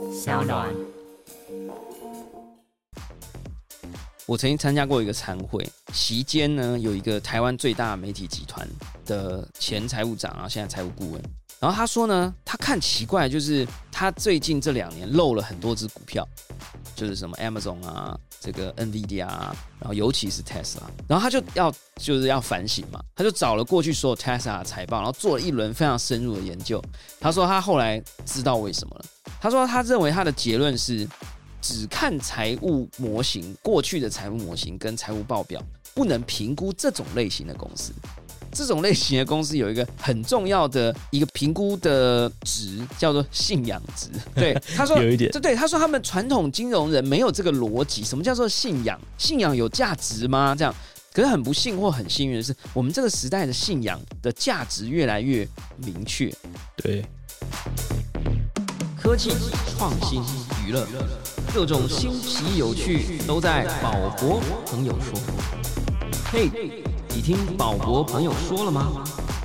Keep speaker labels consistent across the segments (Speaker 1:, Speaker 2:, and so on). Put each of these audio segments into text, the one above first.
Speaker 1: 小暖。
Speaker 2: 我曾经参加过一个餐会，席间呢有一个台湾最大媒体集团的前财务长，然后现在财务顾问，然后他说呢，他看奇怪，就是他最近这2年漏了很多只股票，就是什么 Amazon 啊，这个 NVIDIA 啊，然后尤其是 Tesla， 然后他就是要反省嘛，他就找了过去所有 Tesla 的财报，然后做了一轮非常深入的研究。他说他后来知道为什么了，他说他认为他的结论是，只看财务模型，过去的财务模型跟财务报表，不能评估这种类型的公司。这种类型的公司有一个很重要的一个评估的值，叫做信仰值。对，他说
Speaker 3: 有一点，
Speaker 2: 对，他说他们传统金融人没有这个逻辑。什么叫做信仰？信仰有价值吗？这样。可是很不幸或很幸运的是，我们这个时代的信仰的价值越来越明确。
Speaker 3: 对，
Speaker 2: 科技、创新、娱乐，各种新奇有趣都在宝博朋友说。嘿，你听宝博朋友说了吗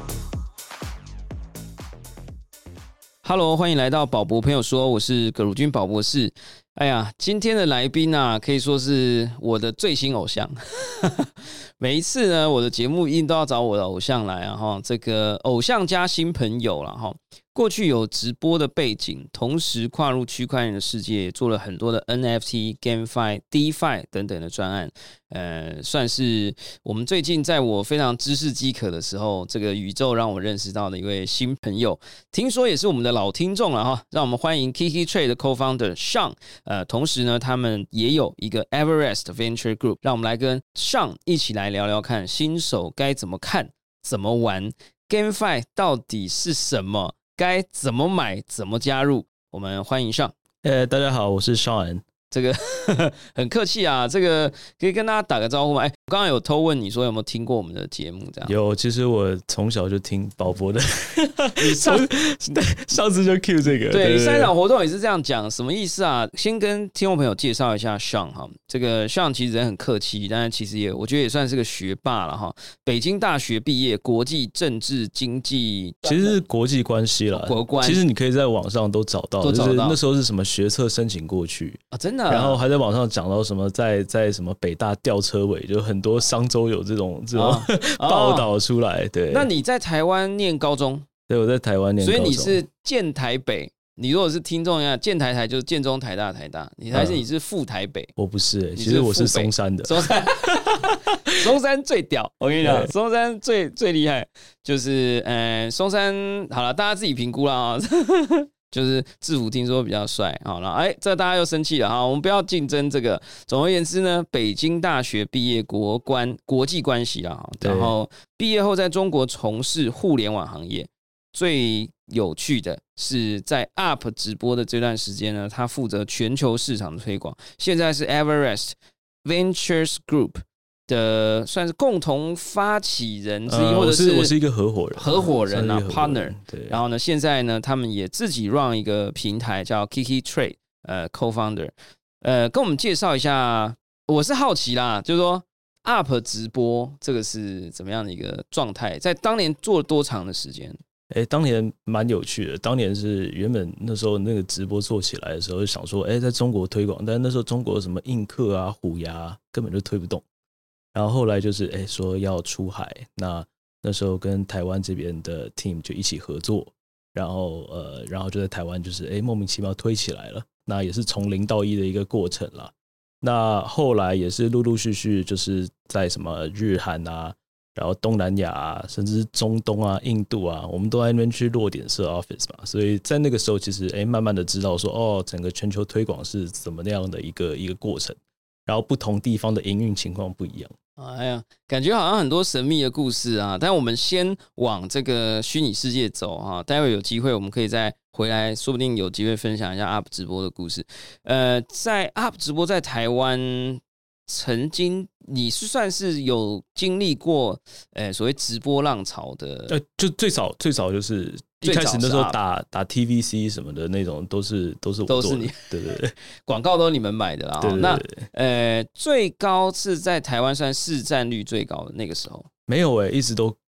Speaker 2: ？Hello， 欢迎来到宝博朋友说，我是葛如君宝博士。哎呀，今天的来宾啊，可以说是我的最新偶像。每一次呢，我的节目一定都要找我的偶像来啊，这个偶像加新朋友了哈。过去有直播的背景，同时跨入区块链的世界，做了很多的 NFT、GameFi、DeFi 等等的专案，算是我们最近在我非常知识饥渴的时候，这个宇宙让我认识到的一位新朋友，听说也是我们的老听众了哈。让我们欢迎 Kiki Trade 的 Co-founder Sean，同时呢，他们也有一个 Everest Venture Group， 让我们来跟 Sean 一起来聊聊看，新手该怎么看、怎么玩 GameFi 到底是什么？该怎么买，怎么加入？我们欢迎上。
Speaker 3: 大家好，我是 Sean。
Speaker 2: 这个很客气啊，这个可以跟大家打个招呼吗？我刚刚有偷问你说有没有听过我们的节目，这样
Speaker 3: 有。其实我从小就听宝博的，你上次就 cue 这个，
Speaker 2: 对，你上一场活动也是这样讲，什么意思啊？先跟听众朋友介绍一下 Sean 哈，这个 Sean 其实人很客气，但是其实我觉得也算是个学霸了哈。北京大学毕业，国际政治经济，
Speaker 3: 其实是国际关系啦，
Speaker 2: 国关。
Speaker 3: 其实你可以在网上都找到，就是那时候是什么学测申请过去
Speaker 2: 啊，真的。
Speaker 3: 然后还在网上讲到什么在什么北大吊车尾，就很多商周有这种报道出来。对，
Speaker 2: 那你在台湾念高中？
Speaker 3: 对，我在台湾念高中。
Speaker 2: 所以你是建台北。你如果是听众一样，建台就是建中、台大、你还是你是副台北？
Speaker 3: 我不是其实我是松山的。
Speaker 2: 松山最屌，我跟你讲，松山最厉害，就是松山好了，大家自己评估啦啊。就是制服听说比较帅，好了，这大家又生气了哈，我们不要竞争这个。总而言之呢，北京大学毕业国际关系啦，然后毕业后在中国从事互联网行业。最有趣的是在 UP 直播的这段时间呢，他负责全球市场的推广，现在是 Everest Ventures Group。的算是共同发起人之一，或者是
Speaker 3: 我是一个合伙人
Speaker 2: 啊 partner。对，然后呢，现在呢，他们也自己 run 一个平台叫 Kiki Trade， co-founder， 跟我们介绍一下。我是好奇啦，就是说 UP 直播这个是怎么样的一个状态？在当年做了多长的时间？
Speaker 3: 当年蛮有趣的。当年是原本那时候那个直播做起来的时候，就想说，在中国推广，但那时候中国什么映客啊、虎牙根本就推不动。然后后来就是说要出海，那时候跟台湾这边的 team 就一起合作，然后就在台湾就是莫名其妙推起来了，那也是从0到1的一个过程啦。那后来也是陆陆续续就是在什么日韩啊，然后东南亚啊，甚至是中东啊、印度啊，我们都在那边去落点设 office 嘛，所以在那个时候其实慢慢的知道说整个全球推广是怎么那样的一个过程，然后不同地方的营运情况不一样。
Speaker 2: 哎呀，感觉好像很多神秘的故事啊！但我们先往这个虚拟世界走啊，待会有机会我们可以再回来，说不定有机会分享一下 UP 直播的故事。在 UP 直播在台湾，曾经你是算是有经历过所谓直播浪潮的？
Speaker 3: 就最早就是一开始那时候打 TVC 什么的那种都是我做的，都是你，对，
Speaker 2: 广告都是你们买的啦。
Speaker 3: 对。
Speaker 2: 那最高是在台湾算市占率最高的那个时候？
Speaker 3: 没有一直都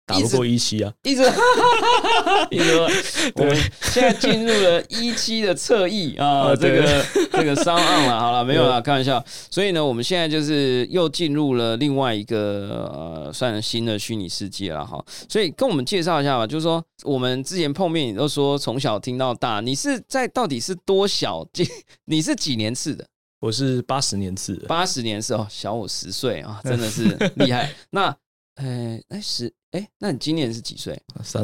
Speaker 3: 打不过17啊，
Speaker 2: 一直我们现在进入了17的侧翼啊，这个商案了，好了，没有啦，开玩笑。所以呢，我们现在就是又进入了另外一个算新的虚拟世界了哈。所以跟我们介绍一下吧，就是说我们之前碰面，你都说从小听到大，你是在到底是多小？你是几年次的？
Speaker 3: 我是80年次的
Speaker 2: ，80年次哦，小我10岁啊，真的是厉害。那那你今年是几岁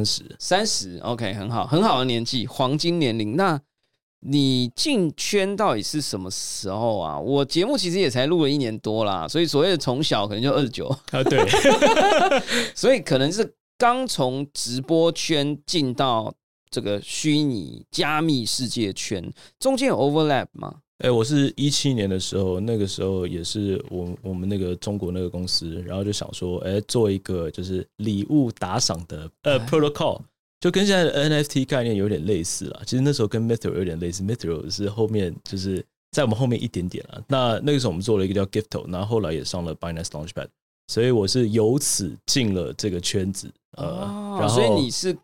Speaker 2: ？30 ，OK， 很好，很好的年纪，黄金年龄。那你进圈到底是什么时候啊？我节目其实也才录了1年多啦，所以所谓的从小可能就29
Speaker 3: 啊，对，
Speaker 2: 所以可能是刚从直播圈进到这个虚拟加密世界圈，中间有 overlap 吗？
Speaker 3: 我是17年的时候，那个时候也是我们那个中国那个公司，然后就想说，做一个就是礼物打赏的protocol， 就跟现在的 NFT 概念有点类似啦。其实那时候跟 Mithril 有点类似 ，Mithril 是后面就是在我们后面一点点啦。那个时候我们做了一个叫 Gifto， 然后后来也上了 Binance Launchpad， 所以我是由此进了这个圈子。然后
Speaker 2: 所以你是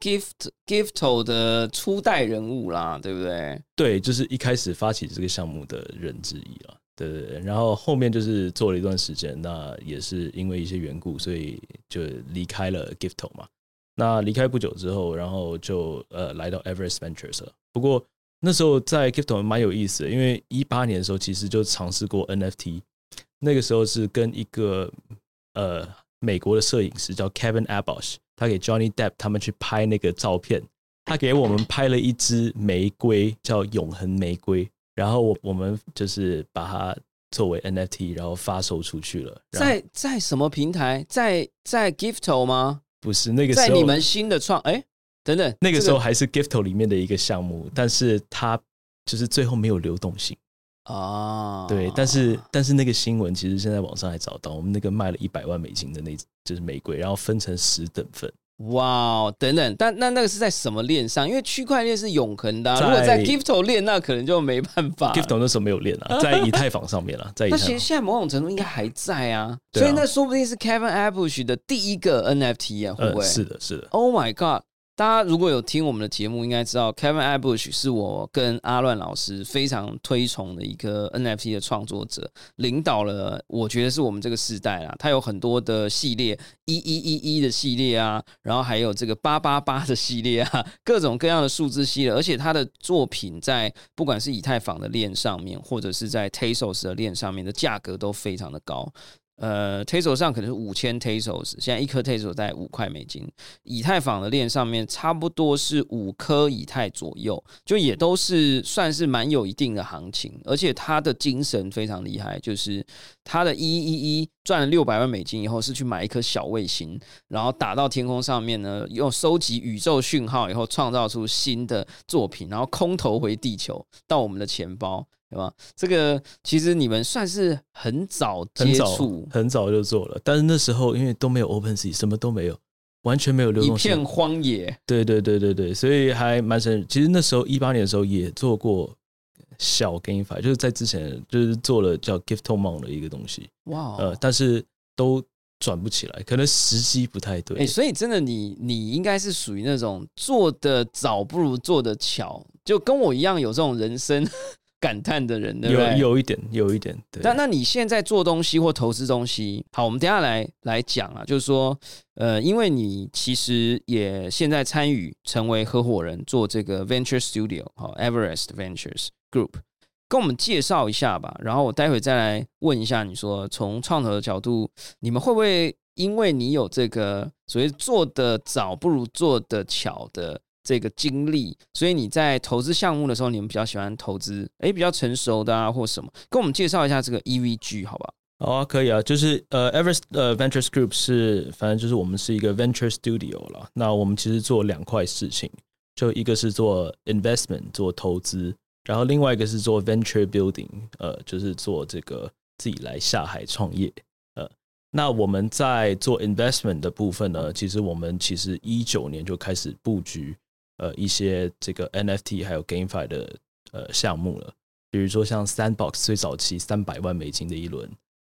Speaker 2: Gifto 的初代人物啦，对不对？
Speaker 3: 对，就是一开始发起这个项目的人之一啦。对，然后后面就是做了一段时间，那也是因为一些缘故，所以就离开了 Gifto 嘛。那离开不久之后，然后就来到 Everest Ventures 了。不过那时候在 Gifto 蛮有意思的，因为18年的时候其实就尝试过 NFT， 那个时候是跟一个美国的摄影师叫 Kevin Abosch， 他给 Johnny Depp 他们去拍那个照片，他给我们拍了一支玫瑰叫永恒玫瑰，然后我们就是把它作为 NFT 然后发售出去了。
Speaker 2: 在什么平台？在 Gifto 吗？
Speaker 3: 不是，那个时候
Speaker 2: 在你们新的等等，
Speaker 3: 那个时候还是 Gifto 里面的一个项目，但是它就是最后没有流动性啊。对，但是那个新闻其实现在网上还找到，我们那个卖了$100万的那就是玫瑰，然后分成10等份。
Speaker 2: 哇，等等，但那个是在什么链上？因为区块链是永恒的，如果在 Gifto 链，那可能就没办法。
Speaker 3: Gifto 那时候没有链啊，在以太坊上面啦，在以太坊。
Speaker 2: 那其实现在某种程度应该还在啊，所以那说不定是 Kevin Abosch 的第一个 NFT 啊，会不会？
Speaker 3: 是的。
Speaker 2: Oh my god！ 大家如果有听我们的节目，应该知道 Kevin Abosch 是我跟阿乱老师非常推崇的一个 NFT 的创作者，领导了我觉得是我们这个世代啦。他有很多的系列，1111的系列啊，然后还有这个888的系列啊，各种各样的数字系列，而且他的作品在不管是以太坊的链上面，或者是在 Tezos 的链上面的价格都非常的高。Tezos 上可能是5000 Tezos， 现在1颗 Tezos 大概$5，以太坊的链上面差不多是5颗以太左右，就也都是算是蛮有一定的行情，而且他的精神非常厉害，就是他的1111赚了$600万以后是去买一颗小卫星，然后打到天空上面呢，用收集宇宙讯号以后创造出新的作品，然后空投回地球到我们的钱包。对吧？这个其实你们算是很早接触，
Speaker 3: 很早就做了，但是那时候因为都没有 OpenSea， 什么都没有，完全没有流动性，
Speaker 2: 一片荒野。
Speaker 3: 对，所以还蛮神。其实那时候18年的时候也做过小 GameFi， 就是在之前就是做了叫 Giftomon 的一个东西，哇，但是都转不起来，可能时机不太对。
Speaker 2: 所以真的你应该是属于那种做的早不如做的巧，就跟我一样有这种人生感叹的人，对不对？
Speaker 3: 有一点。对。
Speaker 2: 那你现在做东西或投资东西，好，我们等一下来讲啊，就是说，因为你其实也现在参与成为合伙人，做这个 Venture Studio， 好 ，Everest Ventures Group， 跟我们介绍一下吧。然后我待会再来问一下，你说从创投的角度，你们会不会因为你有这个所谓做的早不如做的巧的这个经历，所以你在投资项目的时候，你们比较喜欢投资比较成熟的啊，或什么？跟我们介绍一下这个 EVG 好吧？
Speaker 3: 好啊，可以啊，就是Everest Ventures Group 是反正就是我们是一个 Venture Studio 啦。那我们其实做2块事情，就一个是做 investment 做投资，然后另外一个是做 venture building， 就是做这个自己来下海创业。那我们在做 investment 的部分呢，其实我们19年就开始布局一些这个 NFT 还有 GameFi 的项目了，比如说像 Sandbox 最早期$300万的一轮，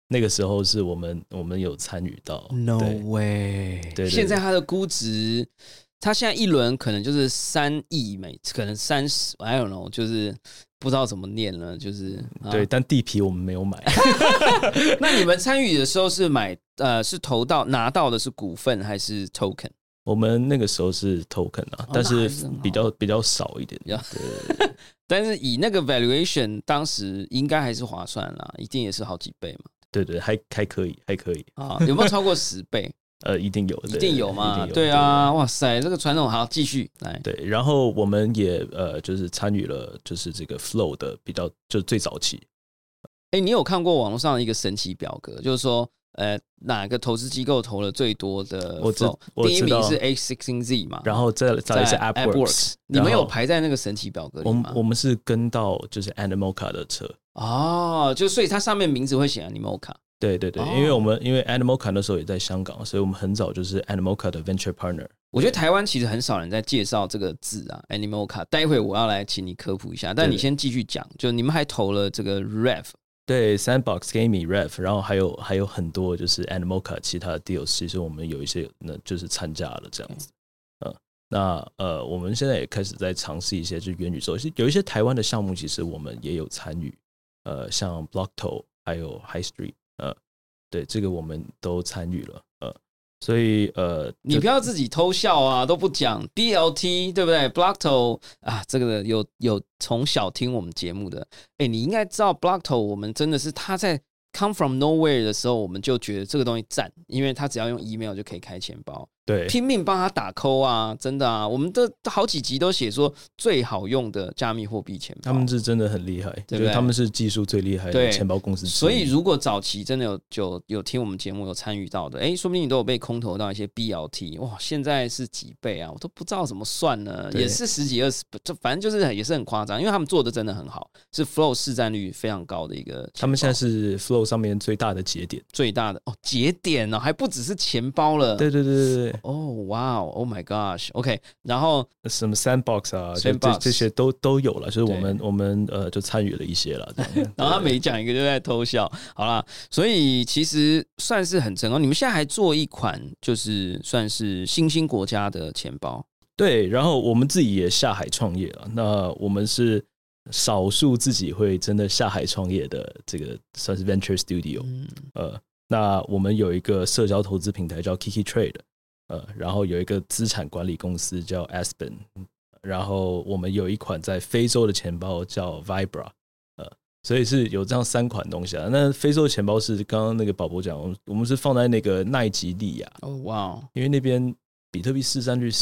Speaker 3: 那个时候是我们有参与到。
Speaker 2: No
Speaker 3: 对
Speaker 2: way！
Speaker 3: 对，
Speaker 2: 现在它的估值，它现在一轮可能就是3亿美，可能30，I don't know， 就是不知道怎么念了，就是
Speaker 3: 对，但地皮我们没有买。
Speaker 2: 那你们参与的时候是是拿到的是股份还是 token？
Speaker 3: 我们那个时候是 token 啊，但是比较少一点。对，
Speaker 2: 但是以那个 valuation， 当时应该还是划算啦，一定也是好几倍嘛。
Speaker 3: 对对，还可以
Speaker 2: 啊，有没有超过10倍？
Speaker 3: 一定有，
Speaker 2: 一定有嘛？对啊，哇塞，这个传统好，继续来。
Speaker 3: 对，然后我们也就是参与了，就是这个 Flow 的就是最早期。
Speaker 2: 你有看过网络上的一个神奇表格，就是说哪个投资机构投了最多的 Flow？ 第一名是 A16Z 嘛，
Speaker 3: 然后再来是 AppWorks，
Speaker 2: 你们有排在那个神奇表格里吗？
Speaker 3: 我们是跟到就是 Animoca 的车。
Speaker 2: 哦，所以它上面名字会写 Animoca。
Speaker 3: 对对对，因为 Animoca 那时候也在香港，所以我们很早就是 Animoca 的 Venture Partner。
Speaker 2: 我觉得台湾其实很少人在介绍这个字啊 ，Animoca。待会我要来请你科普一下，但你先继续讲，就你们还投了这个 Rev。
Speaker 3: 对 ，Sandbox Gaming Rev， 然后还有很多就是 Animoca 其他的 deals， 其实我们有一些就是参加了这样子。那我们现在也开始在尝试一些就是元宇宙，有一些台湾的项目，其实我们也有参与。像 Blockto 还有 High Street， 对，这个我们都参与了。所以
Speaker 2: 你不要自己偷笑啊，都不讲 BLT 对不对 ？Blockto 啊，这个有从小听我们节目的，你应该知道 Blockto， 我们真的是他在 come from nowhere 的时候，我们就觉得这个东西赞，因为他只要用 email 就可以开钱包。
Speaker 3: 对，
Speaker 2: 拼命帮他打扣啊，真的啊，我们的好几集都写说最好用的加密货币钱包，
Speaker 3: 他们是真的很厉害，
Speaker 2: 对不对？
Speaker 3: 他们是技术最厉害的钱包公司之一。
Speaker 2: 所以如果早期真的有听我们节目有参与到的，说不定你都有被空投到一些 BLT， 哇，现在是几倍啊？我都不知道怎么算呢，也是10几20，就反正就是也是很夸张，因为他们做的真的很好，是 Flow 市占率非常高的一个钱包。
Speaker 3: 他们现在是 Flow 上面最大的节点，
Speaker 2: 最大的节点哦，还不只是钱包了。
Speaker 3: 对对对对对。
Speaker 2: 哦，哇哦 ，Oh my gosh，OK， 然后
Speaker 3: 什么 Sandbox 啊，这些都有了，就是我们就参与了一些了。
Speaker 2: 然后他每讲一个就在偷笑，好啦，所以其实算是很成功。你们现在还做一款就是算是新兴国家的钱包，
Speaker 3: 对，然后我们自己也下海创业了。那我们是少数自己会真的下海创业的，这个算是 Venture Studio。那我们有一个社交投资平台叫 Kiki Trade。然后有一个资产管理公司叫 Aspen， 然后我们有一款在非洲的钱包叫 Vibra， 所以是有这样3款东西啊。那非洲的钱包是刚刚那个宝博讲，我们是放在那个奈及利亚。
Speaker 2: 哦哇，
Speaker 3: 因为那边比特币市占率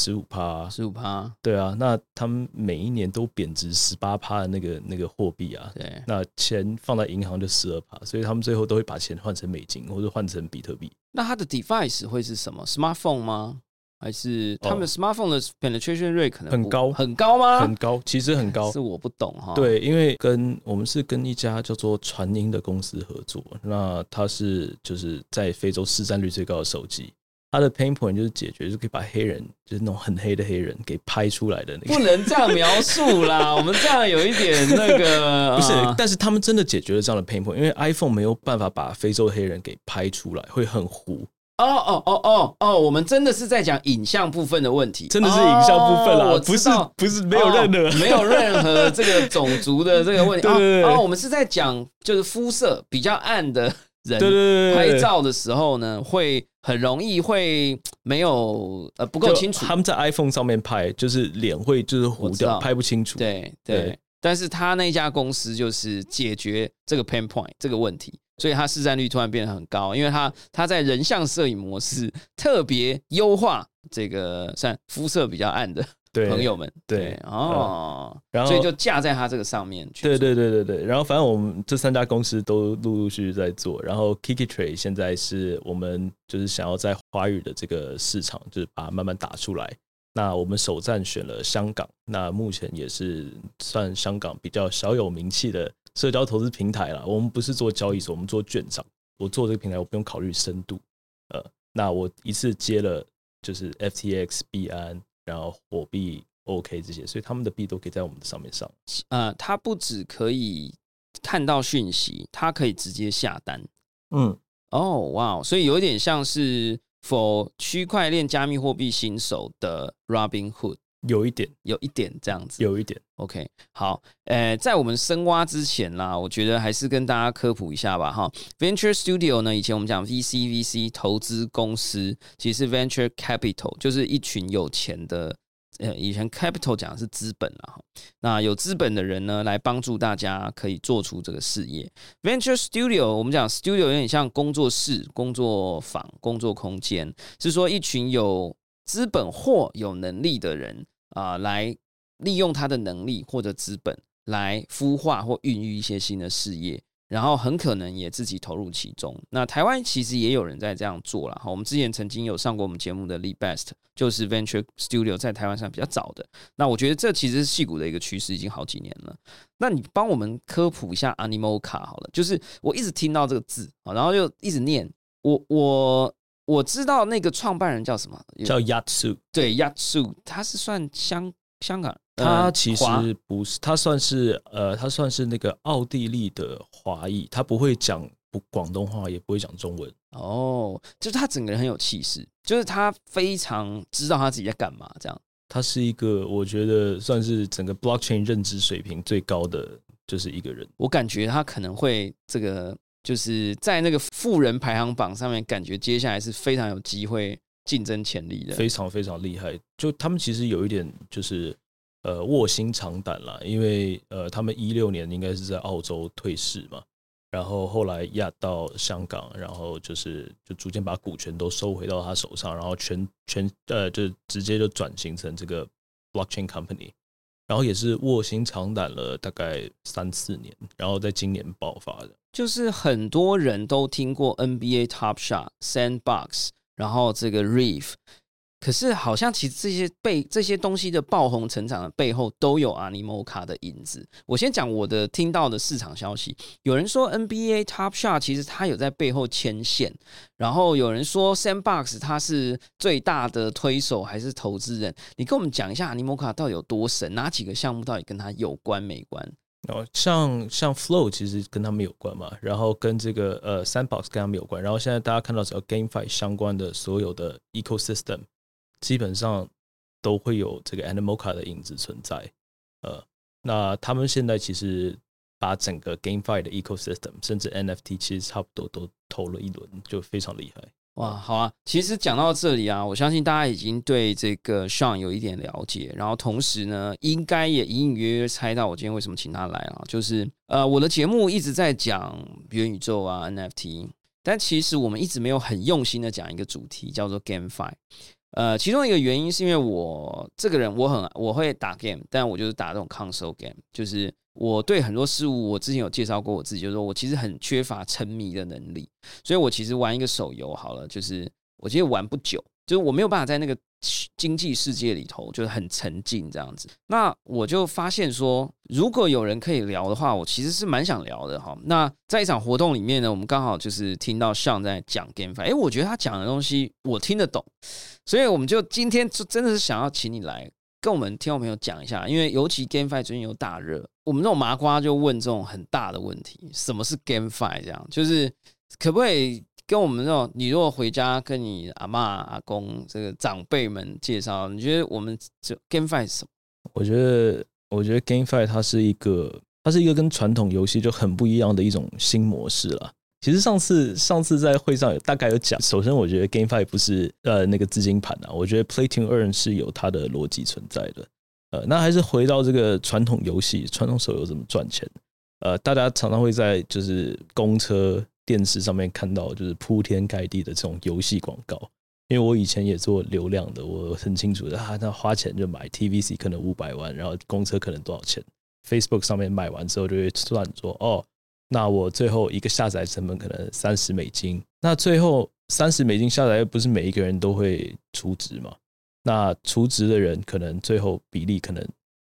Speaker 3: 15%， 对啊，那他们每一年都贬值 18% 的那个货币啊，
Speaker 2: 对，
Speaker 3: 那钱放在银行就 12%， 所以他们最后都会把钱换成美金或者换成比特币。
Speaker 2: 那它的 device 会是什么 ？Smartphone 吗？还是他们 smartphone 的 penetration rate 可能
Speaker 3: 很高？
Speaker 2: 很高吗？
Speaker 3: 很高，其实很高。
Speaker 2: 是我不懂哈。
Speaker 3: 对，因为我们是跟一家叫做传音的公司合作，那它是就是在非洲市占率最高的手机。它的 pain point 就是解决，就是可以把黑人，就是那种很黑的黑人给拍出来的那个。
Speaker 2: 不能这样描述啦，我们这样有一点那个。
Speaker 3: 不是，但是他们真的解决了这样的 pain point， 因为 iPhone 没有办法把非洲黑人给拍出来，会很糊。
Speaker 2: 我们真的是在讲影像部分的问题，
Speaker 3: 真的是影像部分啦，
Speaker 2: 我知道
Speaker 3: 不是没有
Speaker 2: 任何这个种族的这个问题。
Speaker 3: 对，
Speaker 2: 我们是在讲就是肤色比较暗的人拍照的时候呢，会很容易会没有不够清楚。
Speaker 3: 他们在 iPhone 上面拍，就是脸会就是糊掉，拍不清楚。
Speaker 2: 对。但是他那家公司就是解决这个 pain point 这个问题，所以它市占率突然变得很高，因为它在人像摄影模式特别优化这个算肤色比较暗的朋友们。对然后所以就架在它这个上面去。
Speaker 3: 对。然后反正我们这3家公司都陆陆续续在做，然后 Kiki Trade 现在是我们就是想要在华语的这个市场，就是把它慢慢打出来。那我们首站选了香港，那目前也是算香港比较小有名气的社交投资平台啦。我们不是做交易所，我们做券商。我做这个平台，我不用考虑深度。那我一次接了就是 FTX、币安，然后火币、OK 这些，所以他们的币都可以在我们的上面上。
Speaker 2: 它不只可以看到讯息，它可以直接下单。 哦，哇，所以有点像是 for 区块链加密货币新手的 Robinhood。有一点这样子，
Speaker 3: 有一点。
Speaker 2: OK， 好，在我们深挖之前啦，我觉得还是跟大家科普一下吧，哈。Venture Studio 呢，以前我们讲 VC 投资公司，其实是 Venture Capital， 就是一群有钱的，以前 Capital 讲的是资本啦，那有资本的人呢，来帮助大家可以做出这个事业。Venture Studio 我们讲 Studio 有点像工作室、工作坊、工作空间，是说一群有资本或有能力的人。来利用他的能力或者资本来孵化或孕育一些新的事业，然后很可能也自己投入其中。那台湾其实也有人在这样做啦，我们之前曾经有上过我们节目的 Lead Best， 就是 Venture Studio 在台湾上比较早的。那我觉得这其实是矽谷的一个趋势，已经好几年了。那你帮我们科普一下 Animoca 好了，就是我一直听到这个字，然后就一直念，我知道那个创办人叫什么，
Speaker 3: 叫 Yatsu。
Speaker 2: 对 ，Yatsu， 他是算香港，
Speaker 3: 他其实不是，他算是那个奥地利的华裔，他不会讲广东话，也不会讲中文。
Speaker 2: 哦，就是他整个人很有气势，就是他非常知道他自己在干嘛，这样。
Speaker 3: 他是一个我觉得算是整个 blockchain 认知水平最高的就是一个人。
Speaker 2: 我感觉他可能会这个。就是在那个富人排行榜上面，感觉接下来是非常有机会竞争潜力的，
Speaker 3: 非常非常厉害。就他们其实有一点就是卧薪尝胆啦，因为他们16年应该是在澳洲退市嘛，然后后来压到香港，然后就逐渐把股权都收回到他手上，然后就直接就转型成这个 blockchain company。然后也是卧薪尝胆了大概3-4年，然后在今年爆发的。
Speaker 2: 就是很多人都听过 NBA Top Shot、Sandbox， 然后这个 Reef， 可是好像其实这些东西的爆红成长的背后都有 Animoca 的影子。我先讲我的听到的市场消息，有人说 NBA Top Shot 其实他有在背后牵线，然后有人说 Sandbox 他是最大的推手还是投资人。你跟我们讲一下 Animoca 到底有多神，哪几个项目到底跟他有关没关？
Speaker 3: 像 Flow 其实跟他们有关嘛，然后跟这个Sandbox 跟他们有关，然后现在大家看到只要 GameFi 相关的所有的 ecosystem， 基本上都会有这个 Animoca 的影子存在。那他们现在其实把整个 GameFi 的 ecosystem 甚至 NFT 其实差不多都投了一轮，就非常厉害。
Speaker 2: 哇，好啊！其实讲到这里啊，我相信大家已经对这个 Sean 有一点了解，然后同时呢，应该也隐隐约约猜到我今天为什么请他来啊，就是我的节目一直在讲元宇宙啊 NFT， 但其实我们一直没有很用心的讲一个主题叫做 GameFi。其中一个原因是因为我这个人我会打 game， 但我就是打这种 console game， 就是我对很多事物，我之前有介绍过我自己，就是说我其实很缺乏沉迷的能力，所以我其实玩一个手游好了，就是我其实玩不久，就是我没有办法在那个经济世界里头就是很沉浸这样子。那我就发现说，如果有人可以聊的话，我其实是蛮想聊的哈。那在一场活动里面呢，我们刚好就是听到Sean在讲 GameFi， 我觉得他讲的东西我听得懂，所以我们就今天就真的是想要请你来跟我们听众朋友讲一下，因为尤其 GameFi 最近有大热，我们这种麻瓜就问这种很大的问题，什么是 GameFi？ 这样就是可不可以跟我们这种，你如果回家跟你阿嬷、阿公这个长辈们介绍，你觉得我们这 GameFi 是什么？
Speaker 3: 我觉得 GameFi 它是一个跟传统游戏就很不一样的一种新模式啦。其实上次在会上大概有讲，首先我觉得 GameFi 不是那个资金盘啊，我觉得 Play to Earn 是有它的逻辑存在的。那还是回到这个传统游戏、传统手游怎么赚钱。大家常常会在就是公车、电视上面看到就是铺天盖地的这种游戏广告。因为我以前也做流量的，我很清楚的，那花钱就买 TVC 可能500万，然后公车可能多少钱 ，Facebook 上面买完之后就会算说，哦，那我最后一个下载成本可能$30，那最后$30下载又不是每一个人都会储值嘛，那储值的人可能最后比例可能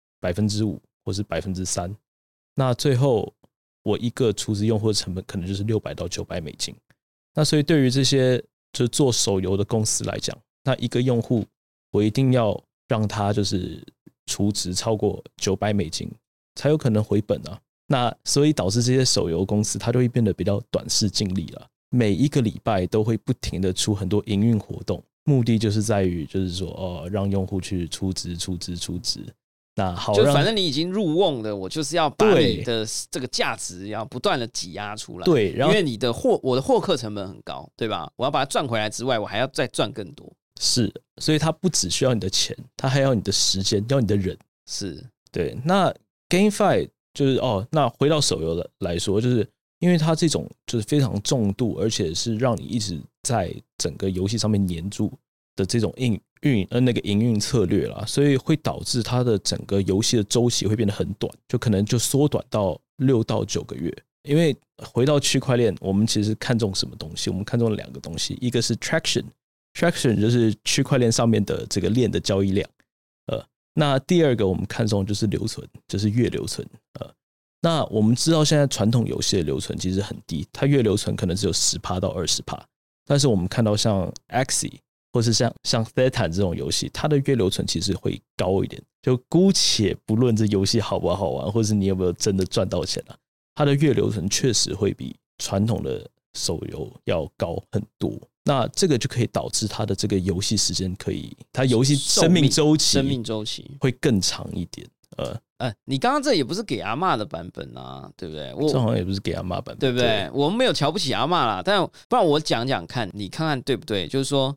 Speaker 3: 5%或是3%，那最后我一个储值用户的成本可能就是$600到$900，那所以对于这些就是做手游的公司来讲，那一个用户我一定要让他就是储值超过$900才有可能回本啊。那所以导致这些手游公司它就会变得比较短视近利了。 每一个礼拜都会不停的出很多营运活动，目的就是在于就是说让用户去出资。那好，
Speaker 2: 就反正你已经入瓮了，我就是要把你的这个价值要不断的挤压出来。
Speaker 3: 对，然后
Speaker 2: 因为我的获客成本很高，对吧？我要把它赚回来之外，我还要再赚更多。
Speaker 3: 是，所以它不只需要你的钱，它还要你的时间，要你的人。
Speaker 2: 是，
Speaker 3: 对。那 GameFi 就是那回到手游来说，就是因为它这种就是非常重度，而且是让你一直在整个游戏上面黏住的这种那个营运策略啦，所以会导致它的整个游戏的周期会变得很短，就可能就缩短到6到9个月。因为回到区块链，我们其实看重什么东西？我们看重2个东西，一个是 traction 就是区块链上面的这个链的交易量，那第2个我们看重就是留存，就是月留存。那我们知道现在传统游戏的留存其实很低，它月留存可能只有10%到20%，但是我们看到像 Axie 或是像 Theta 这种游戏，它的月留存其实会高一点。就姑且不论这游戏好不好玩，或是你有没有真的赚到钱它的月留存确实会比传统的手游要高很多。那这个就可以导致它的这个游戏时间它游戏生命周期会更长一点。
Speaker 2: 你刚刚这也不是给阿嬷的版本啊，对不对？
Speaker 3: 这好像也不是给阿嬷版本，
Speaker 2: 对不对？我们没有瞧不起阿嬷啦，但不然我讲讲看，你看看对不对？就是说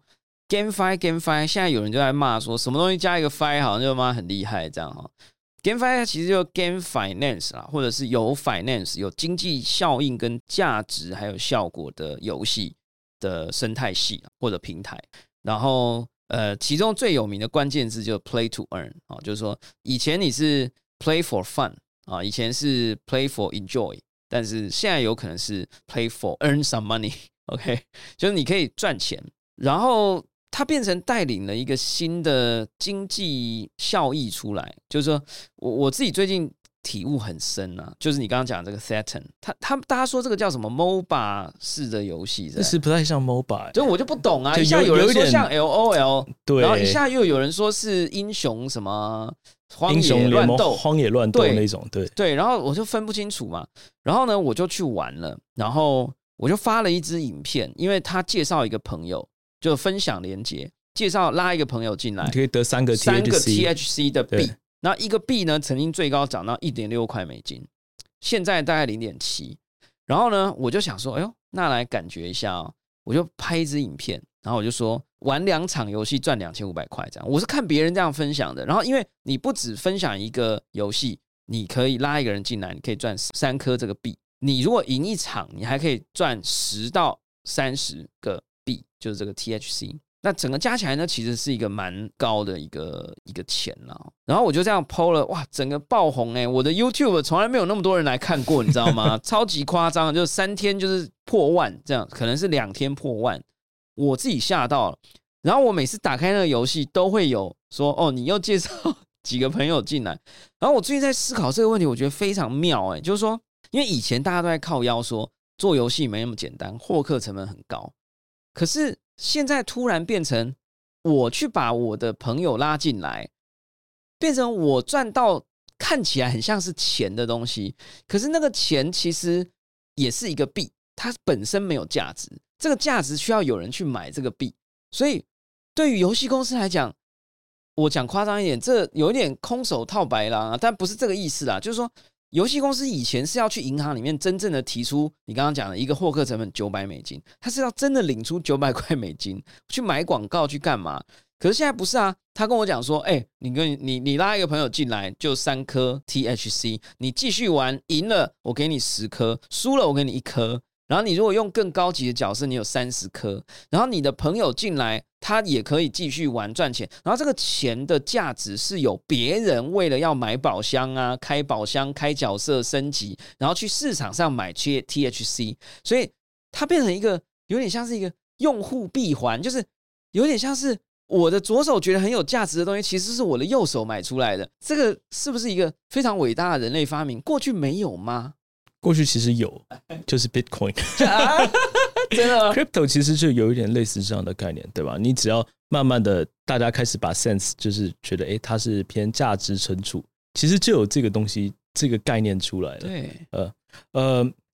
Speaker 2: GameFi 现在有人就在骂说什么东西加一个 Fi 好像就妈很厉害这样哈。GameFi 其实就 Game Finance 啦，或者是有 Finance 有经济效应跟价值还有效果的游戏的生态系或者平台。然后其中最有名的关键字就是 Play to Earn 就是说以前你是 Play for Fun 以前是 Play for Enjoy， 但是现在有可能是 Play for Earn some money OK， 就是你可以赚钱，然后它变成带领了一个新的经济效益出来。就是说我自己最近体悟很深啊，就是你刚刚讲的这个 Theta， 大家说这个叫什么 MOBA 式的游戏，
Speaker 3: 这是不太像 MOBA，
Speaker 2: 就我就不懂啊。一下有人说像 LOL，
Speaker 3: 对，
Speaker 2: 然后一下又有人说是英雄什么荒野乱斗
Speaker 3: 那种，
Speaker 2: 对，然后我就分不清楚嘛。然后呢，我就去玩了，然后我就发了一支影片，因为他介绍一个朋友，就分享连结，介绍拉一个朋友进来，
Speaker 3: 你可以得3个
Speaker 2: THC 的币。那一个币呢，曾经最高涨到1.6块美金，现在大概0.7。然后呢，我就想说，哎呦，那来感觉一下我就拍一支影片，然后我就说玩2场游戏赚2500块这样。我是看别人这样分享的。然后因为你不只分享一个游戏，你可以拉一个人进来，你可以赚3颗这个币。你如果赢一场，你还可以赚10到30个币，就是这个 THC。那整个加起来呢，其实是一个蛮高的一个钱啦。然后我就这样 po 了，哇，整个爆红我的 YouTube 从来没有那么多人来看过，你知道吗？超级夸张，就3天就是破万这样，可能是2天破万，我自己吓到了。然后我每次打开那个游戏，都会有说你又介绍几个朋友进来。然后我最近在思考这个问题，我觉得非常妙就是说，因为以前大家都在靠腰说做游戏没那么简单，获客成本很高，可是现在突然变成我去把我的朋友拉进来，变成我赚到看起来很像是钱的东西，可是那个钱其实也是一个币，它本身没有价值，这个价值需要有人去买这个币。所以对于游戏公司来讲，我讲夸张一点，这有一点空手套白狼但不是这个意思啦，就是说游戏公司以前是要去银行里面真正的提出你刚刚讲的一个获客成本900美金，他是要真的领出900块美金去买广告去干嘛？可是现在不是啊，他跟我讲说，你拉一个朋友进来就3颗 THC， 你继续玩，赢了我给你10颗，输了我给你1颗。然后你如果用更高级的角色，你有30颗，然后你的朋友进来，他也可以继续玩赚钱。然后这个钱的价值是有别人为了要买宝箱啊、开宝箱、开角色升级，然后去市场上买 THC， 所以它变成一个有点像是一个用户闭环，就是有点像是我的左手觉得很有价值的东西，其实是我的右手买出来的。这个是不是一个非常伟大的人类发明？过去没有吗？
Speaker 3: 过去其实有，就是 Bitcoin
Speaker 2: 真的
Speaker 3: Crypto 其实就有一点类似这样的概念，对吧？你只要慢慢的大家开始把 sense 就是觉得它是偏价值存储，其实就有这个东西这个概念出来了。
Speaker 2: 对，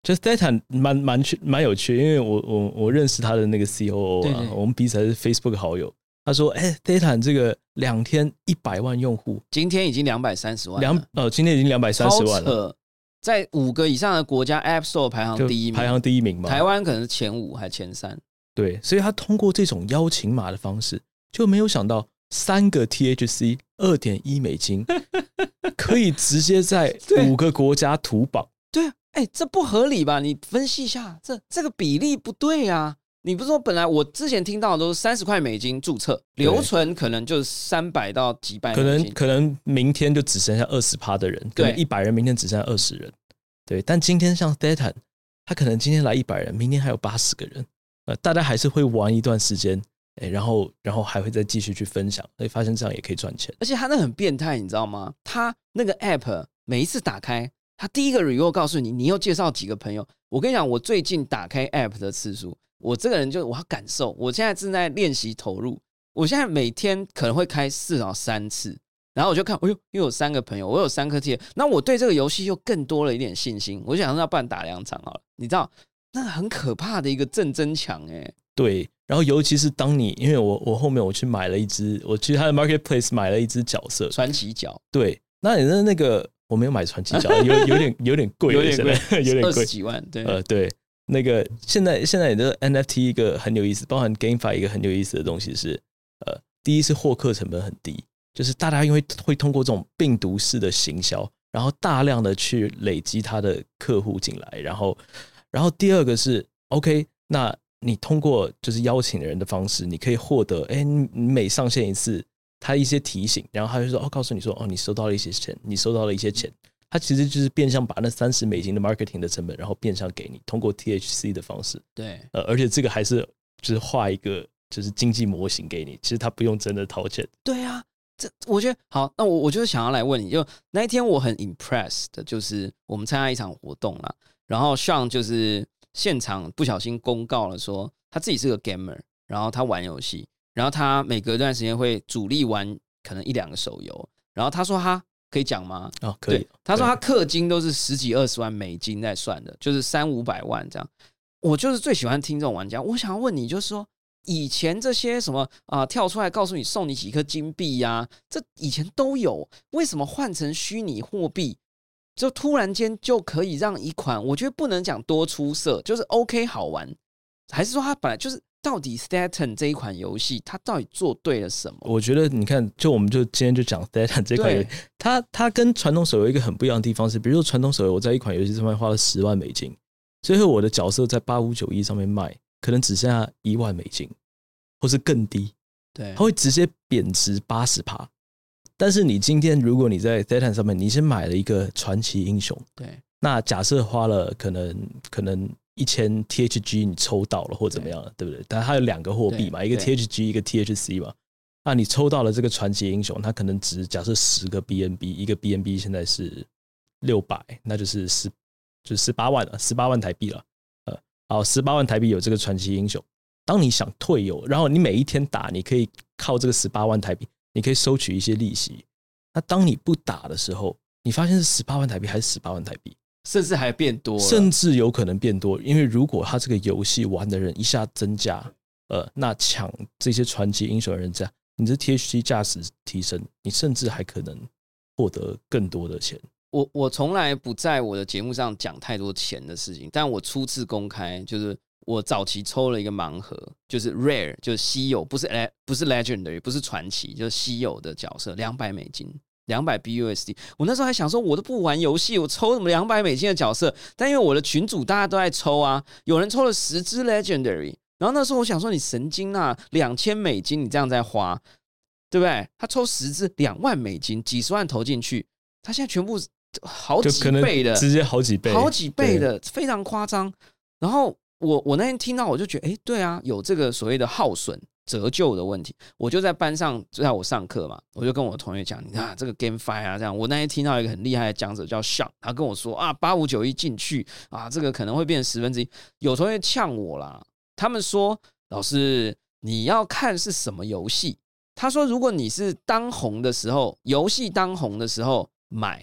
Speaker 3: 就 Thetan 蛮有趣，因为我认识他的那个 COO 啊，
Speaker 2: 对对，
Speaker 3: 我们彼此还是 Facebook 好友。他说：“Thetan 这个2天100万用户，
Speaker 2: 今天已经230万了，
Speaker 3: 今天已经230万了，
Speaker 2: 在5个以上的国家 App Store 排行第一名，
Speaker 3: 排行第一名嘛。
Speaker 2: 台湾可能是前5还前3。
Speaker 3: 对，所以他通过这种邀请码的方式，就没有想到3个 THC 2.1美金，可以直接在5个国家图榜。
Speaker 2: 对啊，这不合理吧？你分析一下，这个比例不对啊。你不是说本来我之前听到的都是30块美金注册，留存可能就是300到几百美金，
Speaker 3: 可能明天就只剩下20%的人，可能100人明天只剩下20人。对，但今天像 Thetan， 他可能今天来100人，明天还有80个人，大家还是会玩一段时间，然后还会再继续去分享，所以发现这样也可以赚钱。
Speaker 2: 而且他那很变态，你知道吗？他那个 App 每一次打开，他第一个 review 告诉你，你又介绍几个朋友。我跟你讲，我最近打开 App 的次数，我这个人就我要感受，我现在正在练习投入，我现在每天可能会开至少3次，然后我就看，又有3个朋友，我有3颗贴，那我对这个游戏又更多了一点信心，我就想说，不然打2场好了，你知道，那很可怕的一个正增强
Speaker 3: 对，然后尤其是当你，因为我后面我去买了一只，我去他的 Marketplace 买了一只角色，
Speaker 2: 传奇角，
Speaker 3: 对，那你的那个我没有买传奇角，有点贵，
Speaker 2: 有点贵
Speaker 3: ，20
Speaker 2: 几万，对，
Speaker 3: 对。那个现在你的 NFT 一个很有意思，包含 GameFi 一个很有意思的东西是，第一是获客成本很低，就是大家因为会通过这种病毒式的行销，然后大量的去累积他的客户进来，然后第二个是 OK， 那你通过就是邀请人的方式，你可以获得，你每上线一次，他一些提醒，然后他就说，告诉你说，你收到了一些钱，你收到了一些钱。它其实就是变相把那30美金的 marketing 的成本，然后变相给你，通过 THC 的方式。
Speaker 2: 对，
Speaker 3: 而且这个还是就是画一个就是经济模型给你，其实他不用真的掏钱。
Speaker 2: 对啊，这我觉得好。那我就是想要来问你，就那一天我很 impressed 的，就是我们参加一场活动啦，然后 Sean 就是现场不小心公告了说他自己是个 gamer， 然后他玩游戏，然后他每隔一段时间会主力玩可能1-2个手游，然后他说他。可以讲吗？
Speaker 3: 可以。
Speaker 2: 他说他氪金都是10几20万美金在算的，就是300-500万这样。我就是最喜欢听这种玩家。我想要问你，就是说以前这些什么跳出来告诉你送你几颗金币呀，这以前都有，为什么换成虚拟货币，就突然间就可以让一款我觉得不能讲多出色，就是 OK 好玩，还是说它本来就是？到底 Thetan 这一款游戏，它到底做对了什么？
Speaker 3: 我觉得你看，我们就今天就讲 Thetan 这款游戏，它跟传统手游一个很不一样的地方是，比如说传统手游，我在一款游戏上面花了10万美金，最后我的角色在8591上面卖，可能只剩下1万美金，或是更低。
Speaker 2: 对，
Speaker 3: 它会直接贬值80%。但是你今天如果你在 Thetan 上面，你先买了一个传奇英雄，
Speaker 2: 对，
Speaker 3: 那假设花了可能1000 THG 你抽到了或怎么样了， 对不对？但它有2个货币嘛，一个 THG 一个 THC 嘛。那你抽到了这个传奇英雄，它可能值假设10个 BNB， 一个 BNB 现在是600，那就是18万了，18万台币了。好，18万台币有这个传奇英雄。当你想退游，然后你每一天打，你可以靠这个18万台币，你可以收取一些利息。那当你不打的时候，你发现是18万台币还是18万台币？
Speaker 2: 甚至还变多了，
Speaker 3: 甚至有可能变多，因为如果他这个游戏玩的人一下增加，那抢这些传奇英雄的人这样，你这 THC 价值提升，你甚至还可能获得更多的钱。
Speaker 2: 我从来不在我的节目上讲太多钱的事情，但我初次公开，就是我早期抽了一个盲盒，就是 rare， 就是稀有，不是 legendary， 不是传奇，就是稀有的角色，200美金。200 BUSD， 我那时候还想说，我都不玩游戏，我抽什么200美金的角色？但因为我的群组大家都在抽啊，有人抽了10只 Legendary， 然后那时候我想说，你神经啊，2000美金你这样在花，对不对？他抽10只2万美金，几十万投进去，他现在全部好几倍的，
Speaker 3: 直接好几倍
Speaker 2: 的，非常夸张。然后我那天听到，我就觉得，对啊，有这个所谓的耗损。折旧的问题，我就在班上，就在我上课嘛，我就跟我同学讲，你看这个 GameFi 啊，这样。我那天听到一个很厉害的讲者叫 Sean， 他跟我说8591进去这个可能会变成1/10。有同学呛我啦，他们说老师你要看是什么游戏。他说如果你是当红的时候，游戏当红的时候买，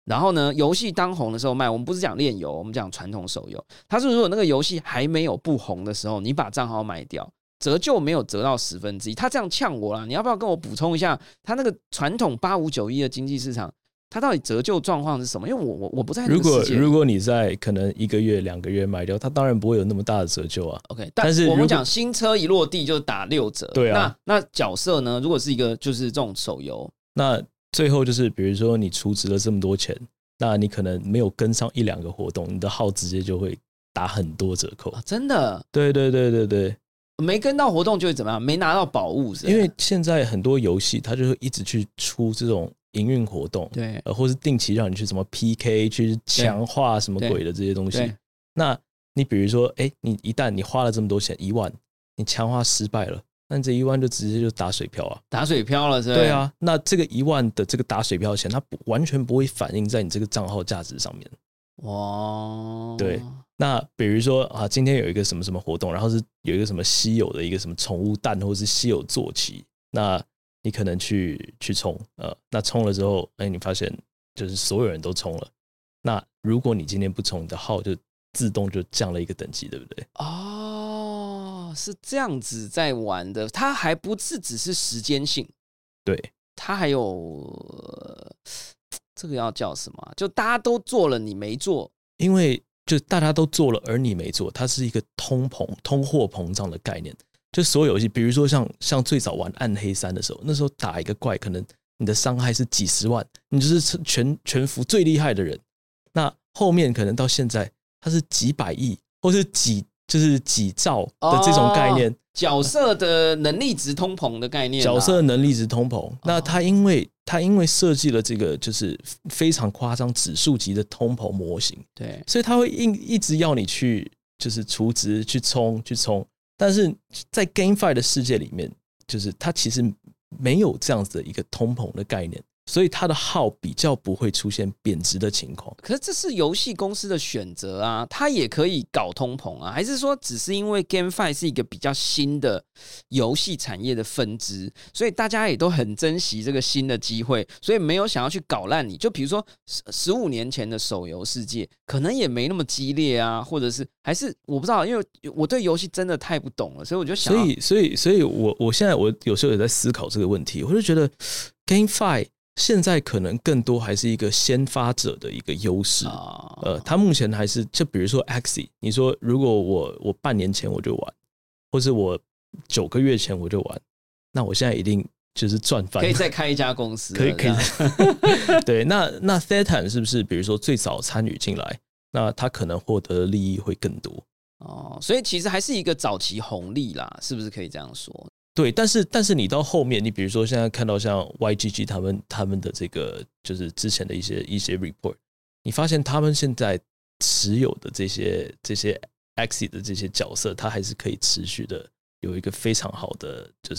Speaker 2: 然后呢，游戏当红的时候卖，我们不是讲炼油，我们讲传统手游。它是如果那个游戏还没有不红的时候，你把账号卖掉，折旧没有折到1/10，他这样呛我啦。你要不要跟我补充一下，他那个传统8591的经济市场，它到底折旧状况是什么？因为我不在那个世界。
Speaker 3: 如果你在可能1个月、2个月卖掉，它当然不会有那么大的折旧啊。
Speaker 2: OK， 但是我们讲新车一落地就打6折，
Speaker 3: 对啊。
Speaker 2: 那角色呢？如果是一个就是这种手游，
Speaker 3: 那最后就是比如说你储值了这么多钱，那你可能没有跟上1、2个活动，你的号直接就会打很多折扣。
Speaker 2: 真的？
Speaker 3: 对对对对对。
Speaker 2: 没跟到活动就会怎么样？没拿到宝物是吧？
Speaker 3: 因为现在很多游戏它就会一直去出这种营运活动，
Speaker 2: 对，
Speaker 3: 或是定期让你去什么 PK 去强化什么鬼的这些东西。那你比如说，你一旦你花了这么多钱1万，你强化失败了，那你这1万就直接就打水漂啊，
Speaker 2: 打水漂了是吧？
Speaker 3: 对啊，那这个1万的这个打水漂钱，它完全不会反映在你这个账号价值上面。
Speaker 2: 哇，
Speaker 3: 对。那比如说啊，今天有一个什么什么活动，然后是有一个什么稀有的一个什么宠物蛋，或是稀有坐骑，那你可能去冲，那冲了之后，你发现就是所有人都冲了，那如果你今天不冲，你的号就自动就降了一个等级，对不对？
Speaker 2: 哦，是这样子在玩的，它还不是只是时间性，
Speaker 3: 对，
Speaker 2: 它还有这个要叫什么？就大家都做了，你没做，
Speaker 3: 因为就大家都做了，而你没做，它是一个通货膨胀的概念。就所有游戏，比如说像最早玩暗黑3的时候，那时候打一个怪，可能你的伤害是几10万，你就是全服最厉害的人。那后面可能到现在，它是几百亿，或是几兆的这种概念。
Speaker 2: 角色的能力值通膨的概念，
Speaker 3: 角色能力值通膨。那他因为设计了这个就是非常夸张指数级的通膨模型，
Speaker 2: 对，
Speaker 3: 所以他会一直要你去就是储值去冲。但是在 GameFi 的世界里面，就是它其实没有这样子的一个通膨的概念，所以它的号比较不会出现贬值的情况。
Speaker 2: 可是这是游戏公司的选择啊，它也可以搞通膨啊，还是说只是因为 GameFi 是一个比较新的游戏产业的分支，所以大家也都很珍惜这个新的机会，所以没有想要去搞烂你。就比如说15年前的手游世界，可能也没那么激烈啊，或者是还是我不知道，因为我对游戏真的太不懂了，所以我就想要，
Speaker 3: 所以我现在我有时候也在思考这个问题，我就觉得 GameFi现在可能更多还是一个先发者的一个优势，他目前还是就比如说 Axie， 你说如果我半年前我就玩，或是我9个月前我就玩，那我现在一定就是赚翻，
Speaker 2: 可以再开一家公司，
Speaker 3: 可以对，那 Thetan 是不是比如说最早参与进来，那他可能获得的利益会更多
Speaker 2: 所以其实还是一个早期红利啦，是不是可以这样说？
Speaker 3: 对，但是你到后面，你比如说现在看到像 YGG 他们的这个就是之前的一些 report， 你发现他们现在持有的这些 Axie 的这些角色，它还是可以持续的有一个非常好的就是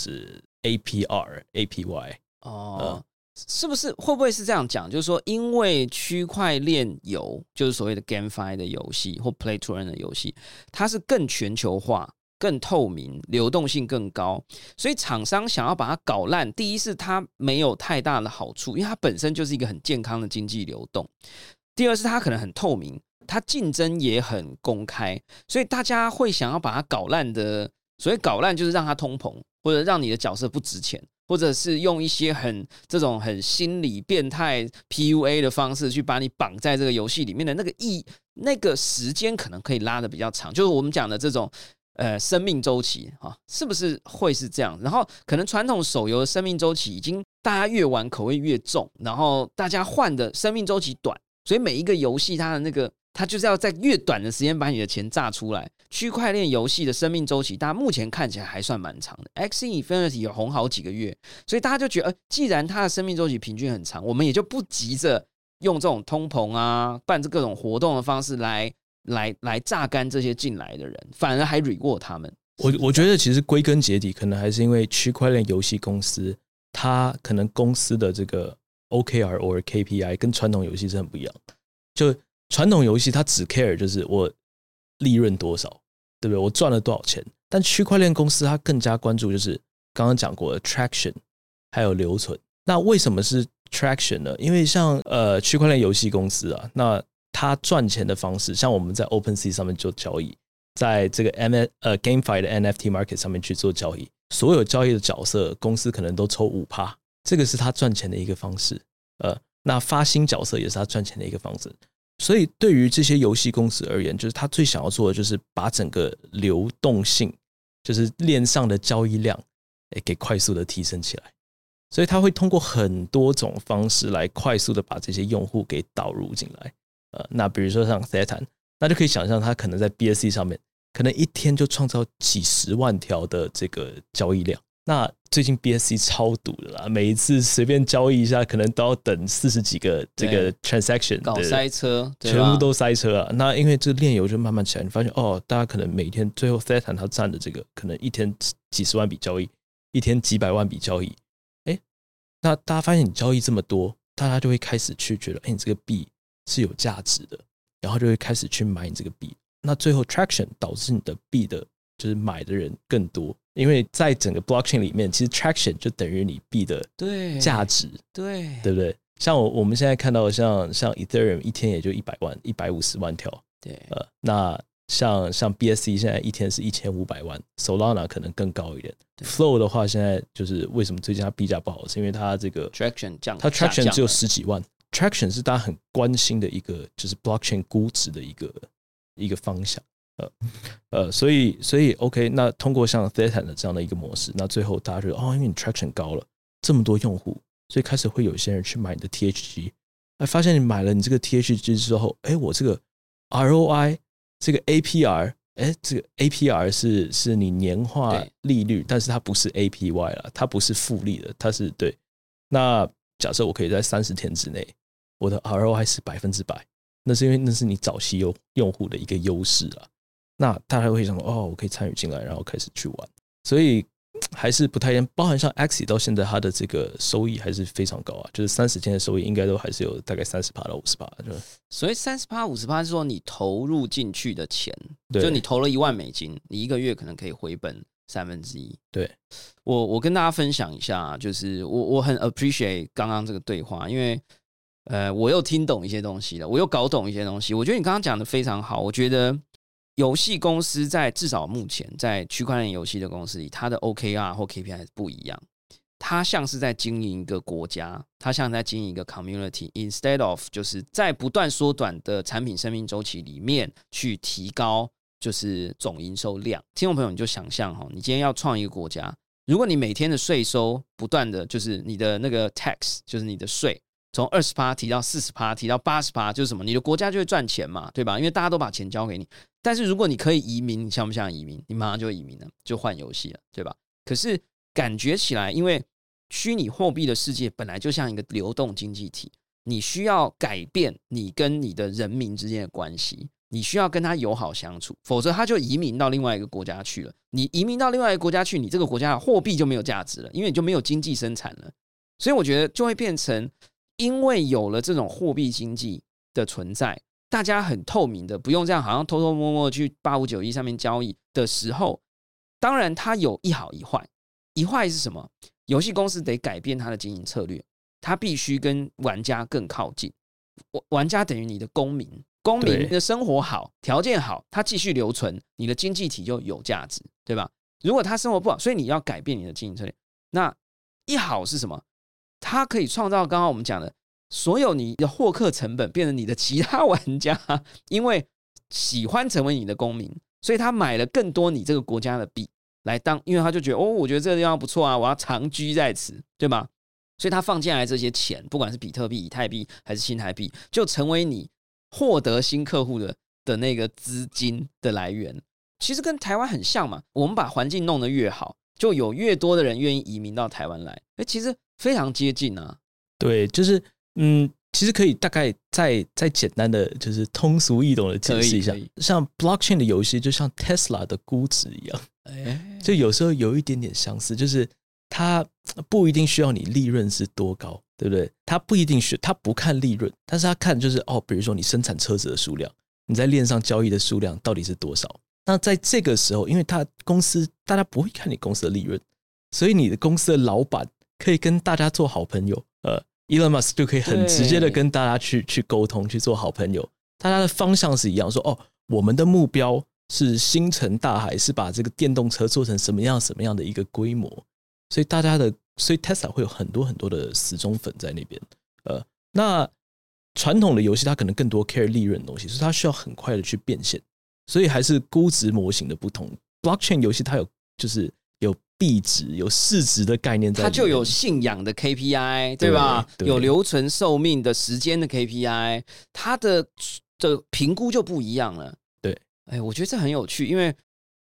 Speaker 3: APY
Speaker 2: 是不是会不会是这样讲？就是说，因为区块链游就是所谓的 GameFi 的游戏或 Play to Earn 的游戏，它是更全球化、更透明、流动性更高，所以厂商想要把它搞烂，第一是它没有太大的好处，因为它本身就是一个很健康的经济流动；第二是它可能很透明，它竞争也很公开，所以大家会想要把它搞烂的。所谓搞烂就是让它通膨，或者让你的角色不值钱，或者是用一些这种很心理变态 PUA 的方式去把你绑在这个游戏里面的那个时间可能可以拉得比较长，就是我们讲的这种生命周期是不是会是这样？然后可能传统手游的生命周期已经大家越玩口味越重，然后大家换的生命周期短，所以每一个游戏它就是要在越短的时间把你的钱榨出来。区块链游戏的生命周期，大家目前看起来还算蛮长的。Axie Infinity 有红好几个月，所以大家就觉得，既然它的生命周期平均很长，我们也就不急着用这种通膨啊、办各种活动的方式来榨干这些进来的人，反而还 reward 他们。
Speaker 3: 我觉得其实归根结底，可能还是因为区块链游戏公司，它可能公司的这个 OKR 或 KPI 跟传统游戏是很不一样。就传统游戏它只 care 就是我利润多少，对不对？我赚了多少钱？但区块链公司它更加关注就是刚刚讲过的 traction 还有留存。 那为什么是 traction 呢？因为像区块链游戏公司啊，那它赚钱的方式，像我们在 OpenSea 上面做交易，在这个GameFi 的 NFT market 上面去做交易，所有交易的角色公司可能都抽 5%， 这个是他赚钱的一个方式。那发新角色也是他赚钱的一个方式。所以对于这些游戏公司而言，就是他最想要做的就是把整个流动性，就是链上的交易量给快速的提升起来。所以他会通过很多种方式来快速的把这些用户给导入进来。那比如说像 Thetan， 那就可以想象他可能在 BSC 上面可能一天就创造几十万条的这个交易量。那最近 BSC 超堵的啦，每一次随便交易一下可能都要等40几个这个 transaction，
Speaker 2: 搞塞车，
Speaker 3: 全部都塞车啊。那因为这链游就慢慢起来，你发现大家可能每天最后 Thetan 它占的这个可能一天几十万笔交易，一天几百万笔交易，那大家发现你交易这么多，大家就会开始去觉得你这个币是有价值的，然后就会开始去买你这个币。那最后 traction 导致你的币的就是买的人更多，因为在整个 blockchain 里面，其实 traction 就等于你币的价值，对不对？像我们现在看到像 Ethereum 一天也就100万、150万条，对，那像 BSC 现在一天是1500万 ，Solana 可能更高一点。Flow 的话，现在就是为什么最近它币价不好，是因为它这个
Speaker 2: traction 降，
Speaker 3: 它 traction 只有10几万。traction 是大家很关心的一个，就是 blockchain 估值的一个方向。所以 OK， 那通过像 Thetan 的这样的一个模式，那最后大家觉得因为你 traction 高了，这么多用户，所以开始会有些人去买你的 THG， 发现你买了你这个 THG 之后，我这个 ROI 这个 APR， 这个 APR 是你年化利率，但是它不是 APY 啦，它不是复利的，它是对。那假设我可以在30天之内，我的 ROI 是100%，那是因为那是你早期用户的一个优势啦。那大家会想说，我可以参与进来，然后开始去玩，所以还是不太一样。包含像 Axie 到现在，它的这个收益还是非常高啊，就是30天的收益应该都还是有大概30%到50%。
Speaker 2: 所以30%、50%是说你投入进去的钱，就你投了$1万，你一个月可能可以回本1/3。
Speaker 3: 对，
Speaker 2: 我跟大家分享一下，就是我很 appreciate 刚刚这个对话，因为我又听懂一些东西了，我又搞懂一些东西。我觉得你刚刚讲的非常好，我觉得游戏公司在至少目前在区块链游戏的公司里，它的 OKR 或 KPI 不一样。它像是在经营一个国家，它像是在经营一个 community，instead of 就是在不断缩短的产品生命周期里面去提高就是总营收量。听众朋友，你就想象你今天要创一个国家，如果你每天的税收不断的就是你的那个 tax， 就是你的税从20%提到40%，提到80%，就是什么？你的国家就会赚钱嘛，对吧？因为大家都把钱交给你。但是如果你可以移民，你想不想移民？你马上就移民了，就换游戏了，对吧？可是感觉起来，因为虚拟货币的世界本来就像一个流动经济体，你需要改变你跟你的人民之间的关系，你需要跟他友好相处，否则他就移民到另外一个国家去了。你移民到另外一个国家去，你这个国家的货币就没有价值了，因为你就没有经济生产了。所以我觉得就会变成，因为有了这种货币经济的存在，大家很透明的，不用这样好像偷偷摸摸去8591上面交易的时候，当然它有一好一坏。一坏是什么？游戏公司得改变它的经营策略，它必须跟玩家更靠近。玩家等于你的公民，公民的生活好，条件好，它继续留存，你的经济体就有价值，对吧？如果他生活不好，所以你要改变你的经营策略。那一好是什么？它可以创造刚刚我们讲的，所有你的获客成本变成你的其他玩家，因为喜欢成为你的公民，所以他买了更多你这个国家的币来当，因为他就觉得我觉得这个地方不错啊，我要长居在此，对吧？所以他放进来这些钱，不管是比特币、以太币还是新台币，就成为你获得新客户的那个资金的来源。其实跟台湾很像嘛，我们把环境弄得越好，就有越多的人愿意移民到台湾来，其实非常接近啊。
Speaker 3: 对，就是其实可以大概再简单的就是通俗易懂的解释一下，像 blockchain 的游戏就像 Tesla 的估值一样，就有时候有一点点相似，就是它不一定需要你利润是多高，对不对？它不一定它不看利润，但是它看就是比如说你生产车子的数量，你在链上交易的数量到底是多少。那在这个时候，因为它公司大家不会看你公司的利润，所以你的公司的老板可以跟大家做好朋友。Elon Musk 就可以很直接的跟大家去沟通，去做好朋友。大家的方向是一样，说我们的目标是星辰大海，是把这个电动车做成什么样的一个规模。所以Tesla 会有很多很多的死忠粉在那边。那传统的游戏它可能更多 care 利润的东西，所以它需要很快的去变现。所以还是估值模型的不同。Blockchain 游戏它就是有币值、有市值的概念在里面，
Speaker 2: 它就有信仰的 KPI， 对吧？
Speaker 3: 对，
Speaker 2: 有留存寿命的时间的 KPI， 它的评估就不一样了。
Speaker 3: 对，
Speaker 2: 我觉得这很有趣，因为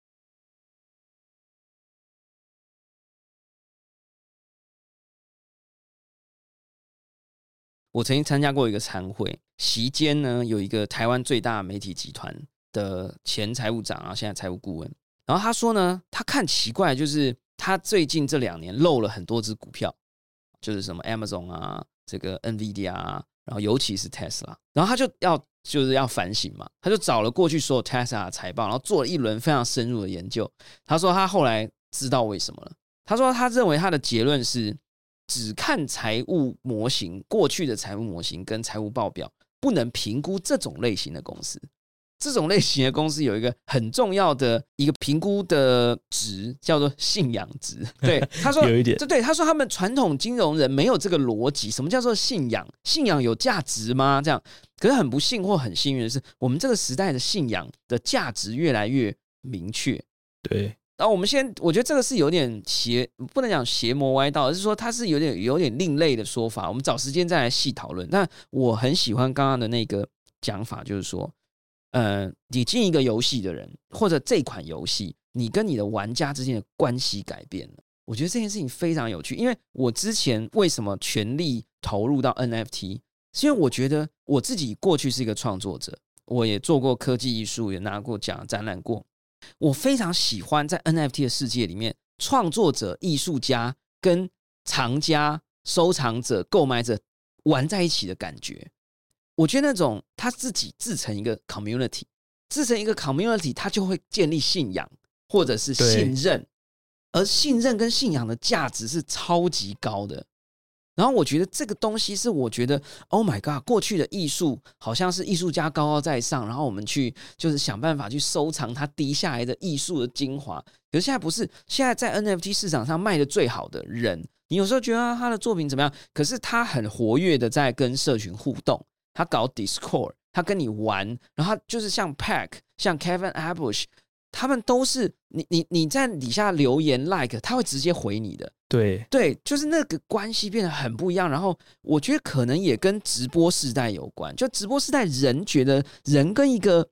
Speaker 2: 我曾经参加过一个餐会，席间呢有一个台湾最大媒体集团的前财务长啊，现在财务顾问，然后他说呢，他看奇怪，就是他最近这2年漏了很多只股票，就是什么 Amazon 啊，这个 NVIDIA 啊，然后尤其是 Tesla， 然后他就是要反省嘛，他就找了过去所有 Tesla 的财报，然后做了一轮非常深入的研究。他说他后来知道为什么了，他说他认为他的结论是，只看财务模型，过去的财务模型跟财务报表，不能评估这种类型的公司。这种类型的公司有一个很重要的一个评估的值，叫做信仰值。对，他说
Speaker 3: 有一点，
Speaker 2: 对，他说他们传统金融人没有这个逻辑。什么叫做信仰？信仰有价值吗？这样，可是很不幸或很幸运的是，我们这个时代的信仰的价值越来越明确。
Speaker 3: 对。
Speaker 2: 然后我觉得这个是有点不能讲邪魔歪道，而是说它是有点另类的说法。我们找时间再来细讨论。但我很喜欢刚刚的那个讲法，就是说，你进一个游戏的人，或者这款游戏，你跟你的玩家之间的关系改变了。我觉得这件事情非常有趣，因为我之前为什么全力投入到 NFT， 是因为我觉得我自己过去是一个创作者，我也做过科技艺术，也拿过奖，展览过。我非常喜欢在 NFT 的世界里面，创作者、艺术家跟藏家、收藏者、购买者玩在一起的感觉。我觉得那种他自己自成一个 community， 他就会建立信仰或者是信任，而信任跟信仰的价值是超级高的。然后我觉得这个东西是我觉得 Oh my God， 过去的艺术好像是艺术家高高在上，然后我们去就是想办法去收藏它滴下来的艺术的精华。可是现在不是，现在在 NFT 市场上卖的最好的人，你有时候觉得他的作品怎么样，可是他很活跃的在跟社群互动，他搞 Discord， 他跟你玩，然后他就是像 Pack， 像 Kevin Abush， 他们都是你在底下留言 like， 他会直接回你的。对，就是那个关系变得很不一样。然后我觉得可能也跟直播世代有关，就直播世代人觉得人跟一个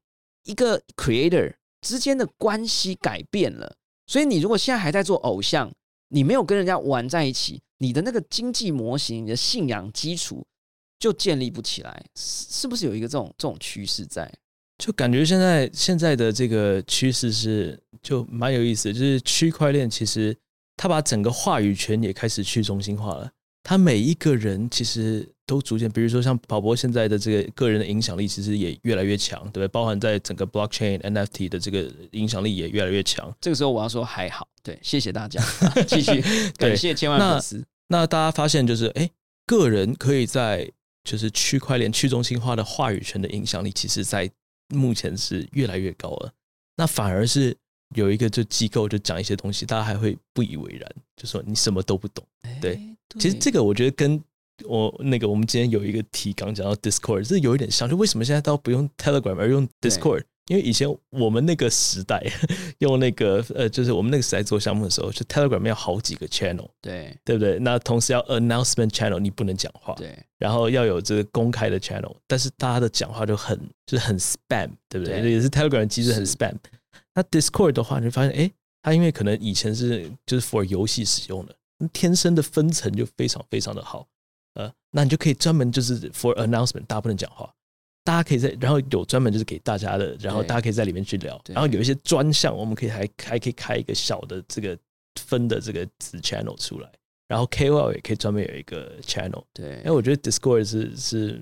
Speaker 2: creator 之间的关系改变了。所以你如果现在还在做偶像，你没有跟人家玩在一起，你的那个经济模型、你的信仰基础就建立不起来。是不是有一个这种趋势在？
Speaker 3: 就感觉现在的这个趋势是就蛮有意思的，就是区块链其实他把整个话语权也开始去中心化了。他每一个人其实都逐渐，比如说像宝博现在的这个个人的影响力，其实也越来越强，对不对？包含在整个 blockchain NFT 的这个影响力也越来越强。
Speaker 2: 这个时候我要说还好，对，谢谢大家，继续感谢千万粉丝。
Speaker 3: 那大家发现就是，个人可以在就是区块链去中心化的话语权的影响力，其实在目前是越来越高了。那反而是有一个就机构就讲一些东西，大家还会不以为然，就说你什么都不懂。对，其实这个我觉得跟我们今天有一个题纲讲到 Discord， 这有一点像，就为什么现在都不用 Telegram 而用 Discord？ 因为以前我们那个时代用那个就是我们那个时代做项目的时候，就 Telegram 要好几个 channel， 对不对？那同时要 announcement channel， 你不能讲话，对，然后要有这个公开的 channel， 但是大家的讲话就是很 spam， 对不对？也是 Telegram 机制很 spam。那 Discord 的话，你就发现，它因为可能以前是就是 for 游戏使用的，天生的分层就非常非常的好，那你就可以专门就是 for announcement， 大家不能讲话。大家可以然后有专门就是给大家的，然后大家可以在里面去聊，然后有一些专项，我们可以还可以开一个小的这个分的这个子 channel 出来，然后 KOL 也可以专门有一个 channel。对，因为我觉得 Discord 是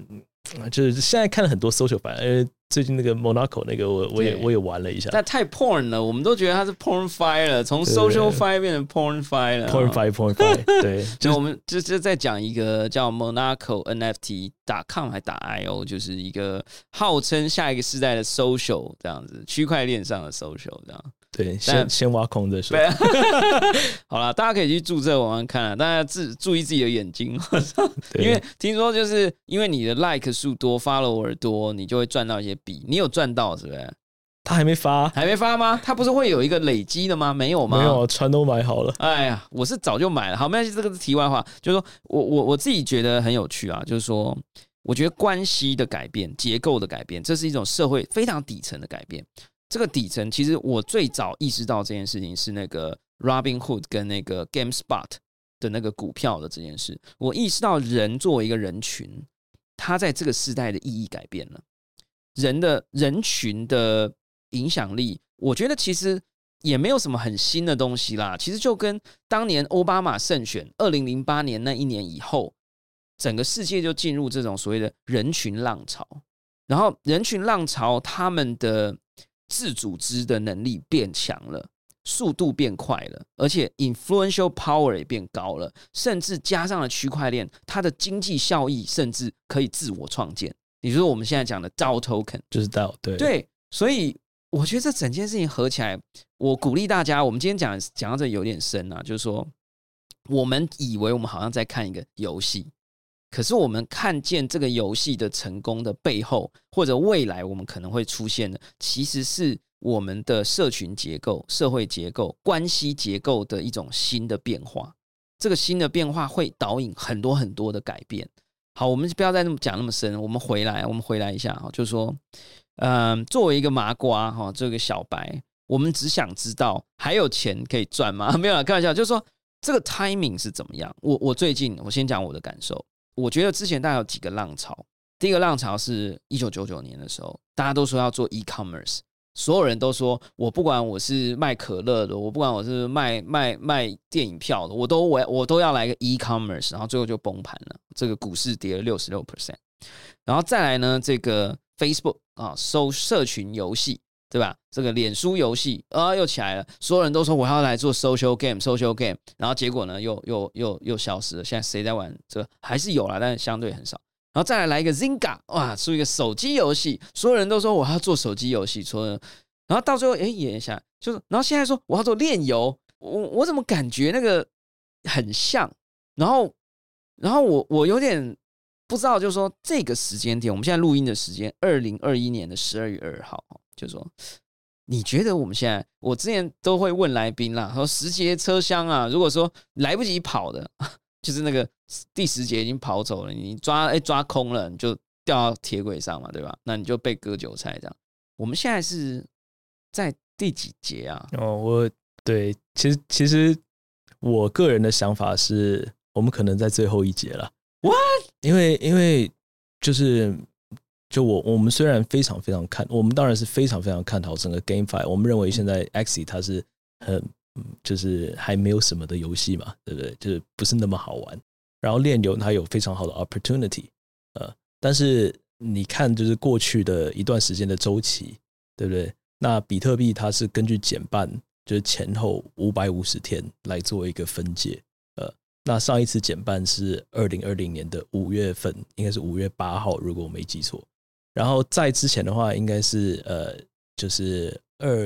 Speaker 3: 就是现在看了很多 social 版，最近那个 Monaco 那个我也玩了一下，
Speaker 2: 但太 porn 了，我们都觉得它是 pornify 了，从 social fi 变成 pornify 了。
Speaker 3: pornify 对，
Speaker 2: 就我们就在讲一个叫 Monaco NFT.com 还.io， 就是一个号称下一个世代的 social 这样子，区块链上的 social 这样。
Speaker 3: 对，先挖空再说。
Speaker 2: 好啦，大家可以去注册玩玩看啊，大家注意自己的眼睛，因为听说就是因为你的 like 数多 ，follower 多，你就会赚到一些币。你有赚到是不是？
Speaker 3: 他还没发，
Speaker 2: 还没发吗？他不是会有一个累积的吗？没有吗？
Speaker 3: 没有，船都买好了。
Speaker 2: 哎呀，我是早就买了。好，没关系，这个是题外话，就是说我自己觉得很有趣啊，就是说，我觉得关系的改变、结构的改变，这是一种社会非常底层的改变。这个底层，其实我最早意识到这件事情是那个 Robinhood 跟那个 GameSpot 的那个股票的这件事。我意识到人作为一个人群，他在这个时代的意义改变了。人群的影响力，我觉得其实也没有什么很新的东西啦。其实就跟当年奥巴马胜选2008年那一年以后，整个世界就进入这种所谓的人群浪潮。然后人群浪潮他们的自组织的能力变强了，速度变快了，而且 influential power 也变高了，甚至加上了区块链，它的经济效益甚至可以自我创建。也就是我们现在讲的 DAO token，
Speaker 3: 就是 DAO，
Speaker 2: 对，所以我觉得这整件事情合起来，我鼓励大家，我们今天讲到这有点深啊，就是说我们以为我们好像在看一个游戏。可是我们看见这个游戏的成功的背后，或者未来我们可能会出现的，其实是我们的社群结构、社会结构、关系结构的一种新的变化。这个新的变化会导引很多很多的改变。好，我们不要再讲那么深，我们回来一下，就是说，作为一个麻瓜哈，这个小白，我们只想知道还有钱可以赚吗？没有啦，开玩笑，就是说这个 timing 是怎么样。我最近我先讲我的感受。我觉得之前大概有几个浪潮，第一个浪潮是1999年的时候，大家都说要做 e-commerce， 所有人都说我不管我是卖可乐的，我不管我是卖电影票的，我都要来个 e-commerce， 然后最后就崩盘了，这个股市跌了 66%。然后再来呢，这个 Facebook 啊，社群游戏，对吧？这个脸书游戏又起来了，所有人都说我要来做 social game， 然后结果呢又消失了。现在谁在玩这个？还是有啦，但是相对很少。然后再来一个 Zynga， 哇，出一个手机游戏，所有人都说我要做手机游戏，然后到最后演一下，就是然后现在说我要做链游，我怎么感觉那个很像？然后我有点不知道，就是说这个时间点，我们现在录音的时间，2021年12月2号，就是说。你觉得我们现在，我之前都会问来宾啦，说10节车厢啊，如果说来不及跑的，就是那个第10节已经跑走了，你抓空了，你就掉到铁轨上嘛，对吧？那你就被割韭菜这样。我们现在是在第几节啊？
Speaker 3: 对，其实我个人的想法是，我们可能在最后一节了。
Speaker 2: What？
Speaker 3: 因为就我们虽然非常非常我们当然是非常非常看好整个 GameFi， 我们认为现在 Axie 它是就是还没有什么的游戏嘛，对不对？就是不是那么好玩。然后链游它有非常好的 opportunity，但是你看就是过去的一段时间的周期，对不对？那比特币它是根据减半，就是前后550天来做一个分界，那上一次减半是2020年的5月份，应该是5月8号，如果我没记错。然后在之前的话，应该是就是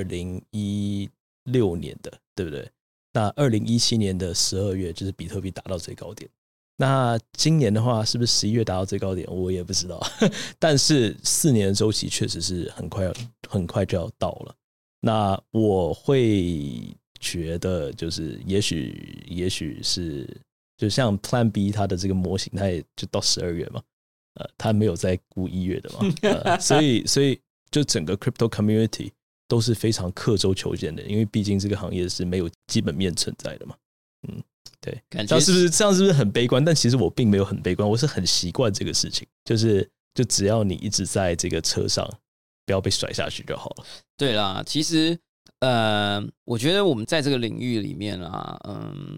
Speaker 3: 2016年的，对不对？那2017年的12月，就是比特币达到最高点。那今年的话，是不是11月达到最高点？我也不知道。但是4年的周期确实是很快就要到了。那我会觉得，就是也许是，就像 Plan B 它的这个模型，它也就到12月嘛。他没有在估1月的嘛，所以就整个 crypto community 都是非常刻舟求剑的，因为毕竟这个行业是没有基本面存在的嘛。对，这样是不是很悲观？但其实我并没有很悲观，我是很习惯这个事情，就只要你一直在这个车上，不要被甩下去就好了。
Speaker 2: 对啦，其实我觉得我们在这个领域里面啦，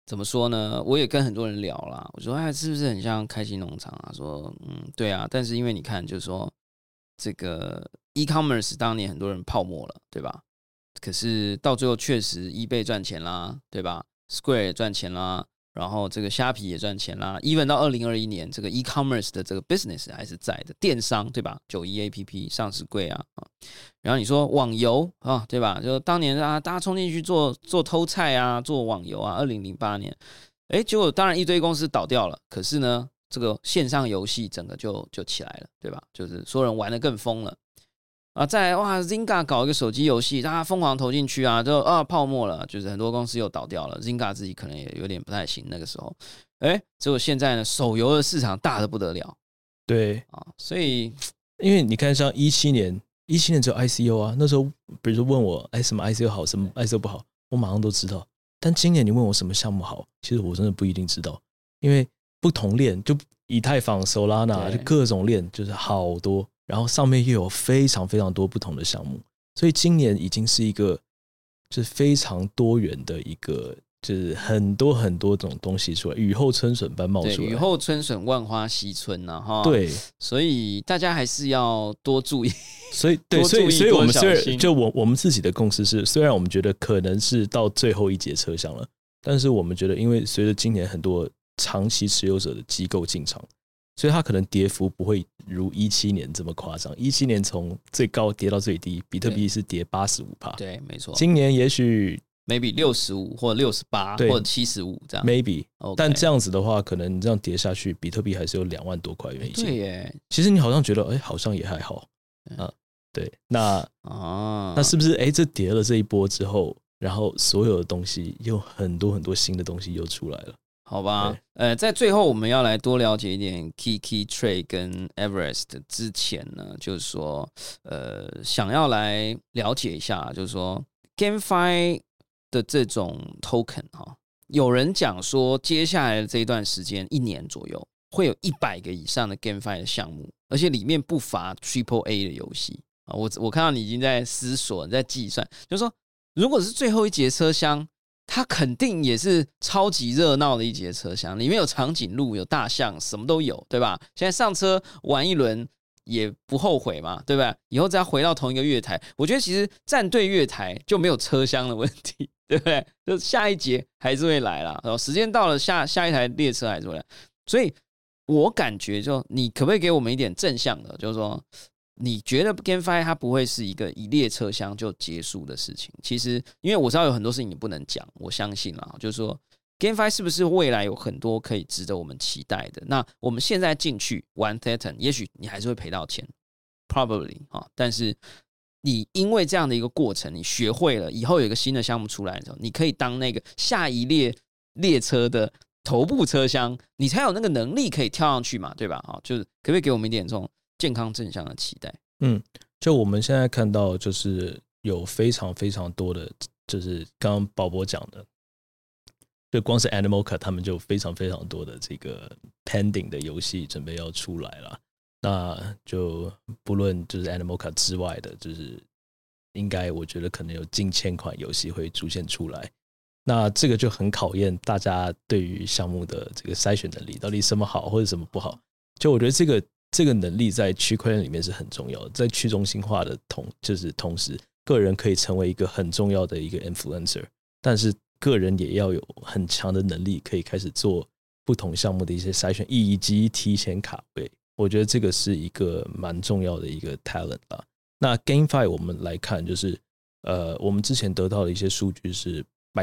Speaker 2: 怎么说呢？我也跟很多人聊啦，我说哎，是不是很像开心农场啊？说对啊，但是因为你看，就是说这个 e-commerce 当年很多人泡沫了，对吧？可是到最后确实 eBay 赚钱啦，对吧 ？Square 也赚钱啦，然后这个虾皮也赚钱啦。even 到2021年，这个 e-commerce 的这个 business 还是在的，电商对吧？91APP 上市柜啊，然后你说网游啊，对吧？就当年啊，大家冲进去做偷菜啊，做网游啊。2008年，结果当然一堆公司倒掉了，可是呢，这个线上游戏整个就起来了，对吧？就是所有人玩得更疯了。啊，再来哇 ，Zynga 搞一个手机游戏，大家疯狂投进去啊，就泡沫了，就是很多公司又倒掉了 ，Zynga 自己可能也有点不太行那个时候，结果现在呢，手游的市场大得不得了，
Speaker 3: 对
Speaker 2: 啊，所以
Speaker 3: 因为你看像17年只有 ICO 啊，那时候比如说问我什么 ICO 好，什么 ICO 不好，我马上都知道。但今年你问我什么项目好，其实我真的不一定知道，因为不同链就以太坊、Solana 就各种链就是好多。然后上面又有非常非常多不同的项目，所以今年已经是一个就是非常多元的一个，就是很多很多种东西出来，雨后春笋般冒出来。
Speaker 2: 雨后春笋，万花嬉春呐，哈。
Speaker 3: 对，
Speaker 2: 所以大家还是要多注意。
Speaker 3: 所以对，所以我们虽然就我们自己的共识是，虽然我们觉得可能是到最后一节车厢了，但是我们觉得，因为随着今年很多长期持有者的机构进场。所以它可能跌幅不会如17年这么夸张。17年从最高跌到最低，比特币是跌85%。
Speaker 2: 对，没错。
Speaker 3: 今年也许
Speaker 2: maybe 65或68或者75这样
Speaker 3: ，maybe、okay。但这样子的话，可能你这样跌下去，比特币还是有2万多块美金。
Speaker 2: 对耶，
Speaker 3: 其实你好像觉得，好像也还好啊。对，那是不是这跌了这一波之后，然后所有的东西又很多很多新的东西又出来了？
Speaker 2: 好吧，在最后我们要来多了解一点 Kiki Trade 跟 Everest 之前呢，就是说，想要来了解一下，就是说 GameFi 的这种 token 哈，有人讲说，接下来的这一段时间1年左右，会有100个以上的 GameFi 的项目，而且里面不乏 Triple A 的游戏啊。我看到你已经在思索，你在计算，就是说，如果是最后一节车厢。它肯定也是超级热闹的一节车厢，里面有长颈鹿、有大象，什么都有，对吧？现在上车玩一轮也不后悔嘛，对吧？以后只要回到同一个月台，我觉得其实站对月台就没有车厢的问题，对不对？就下一节还是会来啦，然后时间到了下一台列车还是会来，所以我感觉就你可不可以给我们一点正向的，就是说。你觉得 GameFi 它不会是一个一列车厢就结束的事情？其实，因为我知道有很多事情你不能讲，我相信啦，就是说 GameFi 是不是未来有很多可以值得我们期待的？那我们现在进去玩 Thetan， 也许你还是会赔到钱 ，probably 但是你因为这样的一个过程，你学会了，以后有一个新的项目出来的时候，你可以当那个下一列车的头部车厢，你才有那个能力可以跳上去嘛，对吧？就是可不可以给我们一点这种？健康正向的期待。
Speaker 3: 就我们现在看到，就是有非常非常多的，就是刚刚宝博讲的，就光是 Animoca 他们就非常非常多的这个 pending 的游戏准备要出来了。那就不论就是 Animoca 之外的，就是应该我觉得可能有近1000款游戏会出现出来。那这个就很考验大家对于项目的这个筛选能力，到底什么好或者什么不好。就我觉得这个能力在区块链里面是很重要的，在去中心化的就是同时，个人可以成为一个很重要的一个 influencer， 但是个人也要有很强的能力，可以开始做不同项目的一些筛选，以及提前卡位。我觉得这个是一个蛮重要的一个 talent 啦。那 GameFi 我们来看，就是我们之前得到的一些数据是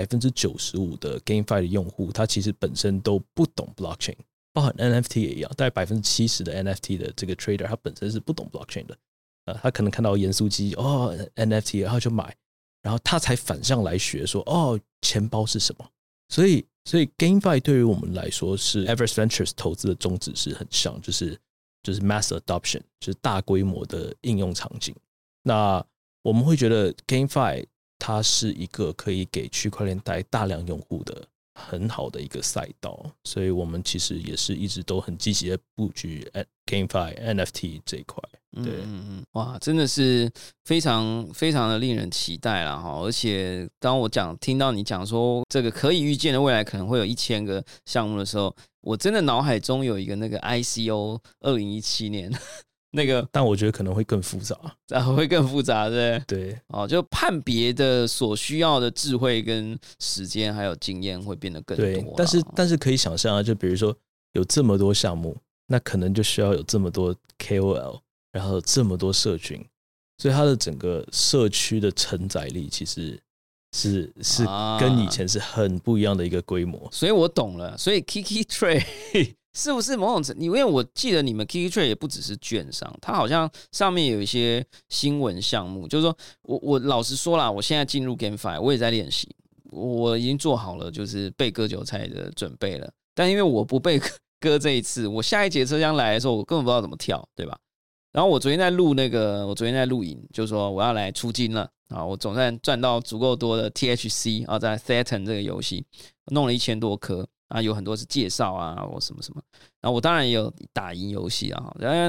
Speaker 3: 95%的 GameFi 的用户，他其实本身都不懂 blockchain。包含 NFT 也一样，大概70%的 NFT 的这个 trader 他本身是不懂 blockchain 的，他可能看到盐酥鸡NFT 然后就买，然后他才反向来学说钱包是什么。所以 GameFi 对于我们来说是 Everest Ventures 投资的宗旨是很像，就是 mass adoption， 就是大规模的应用场景。那我们会觉得 GameFi 它是一个可以给区块链带大量用户的很好的一个赛道，所以我们其实也是一直都很积极的布局 GameFi NFT 这一块。对，
Speaker 2: 哇，真的是非常非常的令人期待啦哈！而且当我听到你讲说这个可以预见的未来可能会有1000个项目的时候，我真的脑海中有一个那个 ICO 2017年那个，
Speaker 3: 但我觉得可能会更复杂，
Speaker 2: 会更复杂，对不
Speaker 3: 对？
Speaker 2: 对，哦，就判别的所需要的智慧跟时间还有经验会变得更多。
Speaker 3: 对，但是可以想象啊，就比如说有这么多项目，那可能就需要有这么多 KOL。然后这么多社群，所以它的整个社区的承载力其实是跟以前是很不一样的一个规模。
Speaker 2: 所以我懂了，所以 Kiki Trade 是不是某种程度？因为我记得你们 Kiki Trade 也不只是券商，它好像上面有一些新闻项目，就是说我老实说啦，我现在进入 GameFi， 我也在练习，我已经做好了就是被割韭菜的准备了。但因为我不被割这一次，我下一节车厢来的时候，我根本不知道怎么跳，对吧？然后我昨天在录影，就是说我要来出金了啊！我总算赚到足够多的 THC 啊，在 Thetan 这个游戏弄了1000多颗啊，有很多是介绍啊，或什么什么。然后我当然也有打赢游戏啊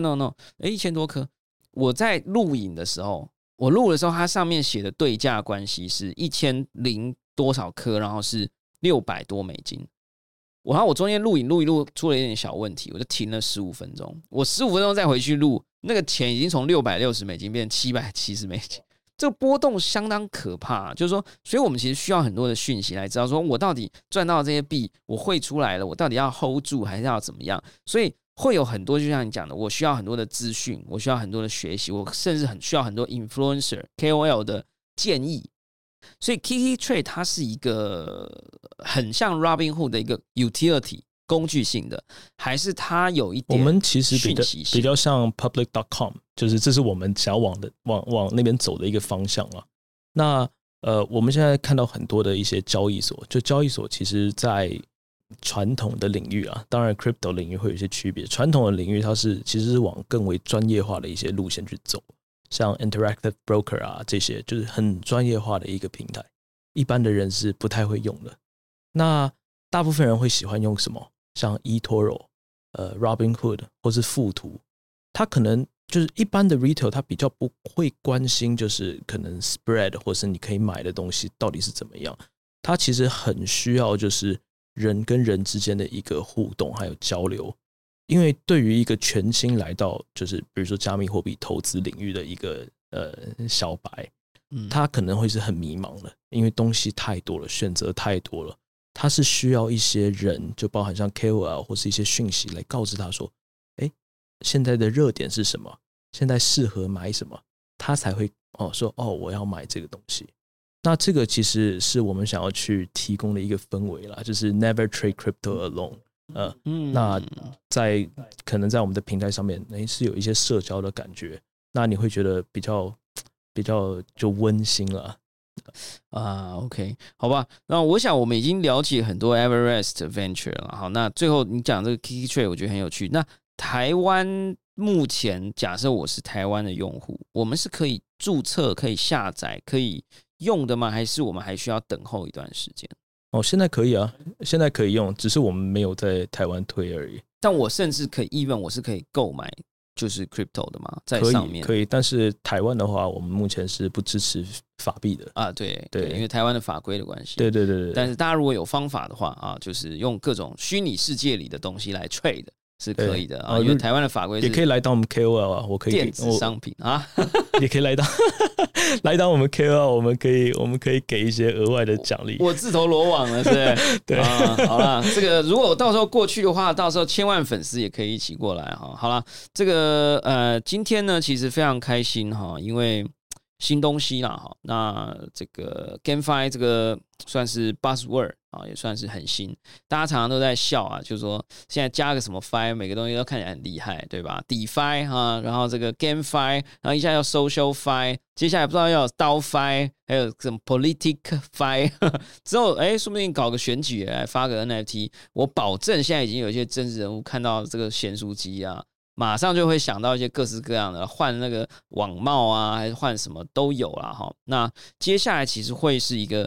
Speaker 2: ，1000多颗。我在录影的时候，它上面写的对价关系是1000多少颗，然后是$600多。然后我中间录影录一录出了一点小问题，我就停了15分钟。我15分钟再回去录，那个钱已经从$660变成$770，这个波动相当可怕。就是说，所以我们其实需要很多的讯息来知道说，我到底赚到这些币，我汇出来了，我到底要 hold 住还是要怎么样？所以会有很多，就像你讲的，我需要很多的资讯，我需要很多的学习，我甚至很需要很多 influencer KOL 的建议。所以 Kiki Trade 它是一个很像 Robinhood 的一个 utility 工具性的，还是它有一点
Speaker 3: 我们其实比较像 public.com， 就是这是我们想要往那边走的一个方向了。那我们现在看到很多的一些交易所，就交易所其实在传统的领域啊，当然 crypto 领域会有一些区别，传统的领域它其实是往更为专业化的一些路线去走。像 Interactive Broker 啊，这些就是很专业化的一个平台，一般的人是不太会用的。那大部分人会喜欢用什么？像 eToro、Robinhood 或是富途，它可能就是一般的 retail， 它比较不会关心，就是可能 spread 或是你可以买的东西到底是怎么样。它其实很需要就是人跟人之间的一个互动还有交流。因为对于一个全新来到就是比如说加密货币投资领域的一个小白，他可能会是很迷茫的，因为东西太多了，选择太多了，他是需要一些人，就包含像 KOL 或是一些讯息来告知他说，现在的热点是什么，现在适合买什么，他才会说我要买这个东西。那这个其实是我们想要去提供的一个氛围啦，就是 Never trade crypto alone。那可能在我们的平台上面，是有一些社交的感觉，那你会觉得比较就温馨了
Speaker 2: OK， 好吧，那我想我们已经了解很多 Everest Venture 了。好，那最后你讲这个 Kiki Trade 我觉得很有趣。那台湾目前假设我是台湾的用户，我们是可以注册、可以下载、可以用的吗？还是我们还需要等候一段时间？
Speaker 3: 现在可以啊，现在可以用，只是我们没有在台湾推而已。
Speaker 2: 但我甚至可以 even 我是可以购买就是 crypto 的嘛，在上面
Speaker 3: 可以，但是台湾的话，我们目前是不支持法币的
Speaker 2: 啊。对，因为台湾的法规的关系。
Speaker 3: 对。
Speaker 2: 但是大家如果有方法的话啊，就是用各种虚拟世界里的东西来 trade 是可以的啊，因为台湾的法规
Speaker 3: 也可以来当我们 KOL 啊，我可以
Speaker 2: 电子商品啊，
Speaker 3: 也可以来当我们 KOL， 我们可以给一些额外的奖励。
Speaker 2: 我自投罗网了，是不是？
Speaker 3: 对
Speaker 2: 好啦，这个如果我到时候过去的话，到时候千万粉丝也可以一起过来哈。好啦，这个今天呢其实非常开心哈，因为新东西啦哈，那这个 GameFi 这个算是 buzzword 啊，也算是很新，大家常常都在笑啊，就是说现在加个什么 Fi， 每个东西都看起来很厉害，对吧 ？DeFi 哈，然后这个 GameFi， 然后一下要 Social Fi， 接下来不知道要有刀 Fi， 还有什么 Politic Fi， 之后说不定搞个选举来发个 NFT， 我保证现在已经有一些真实人物看到这个咸酥鸡啊。马上就会想到一些各式各样的，换那个网帽啊，还是换什么都有啦哈。那接下来其实会是一个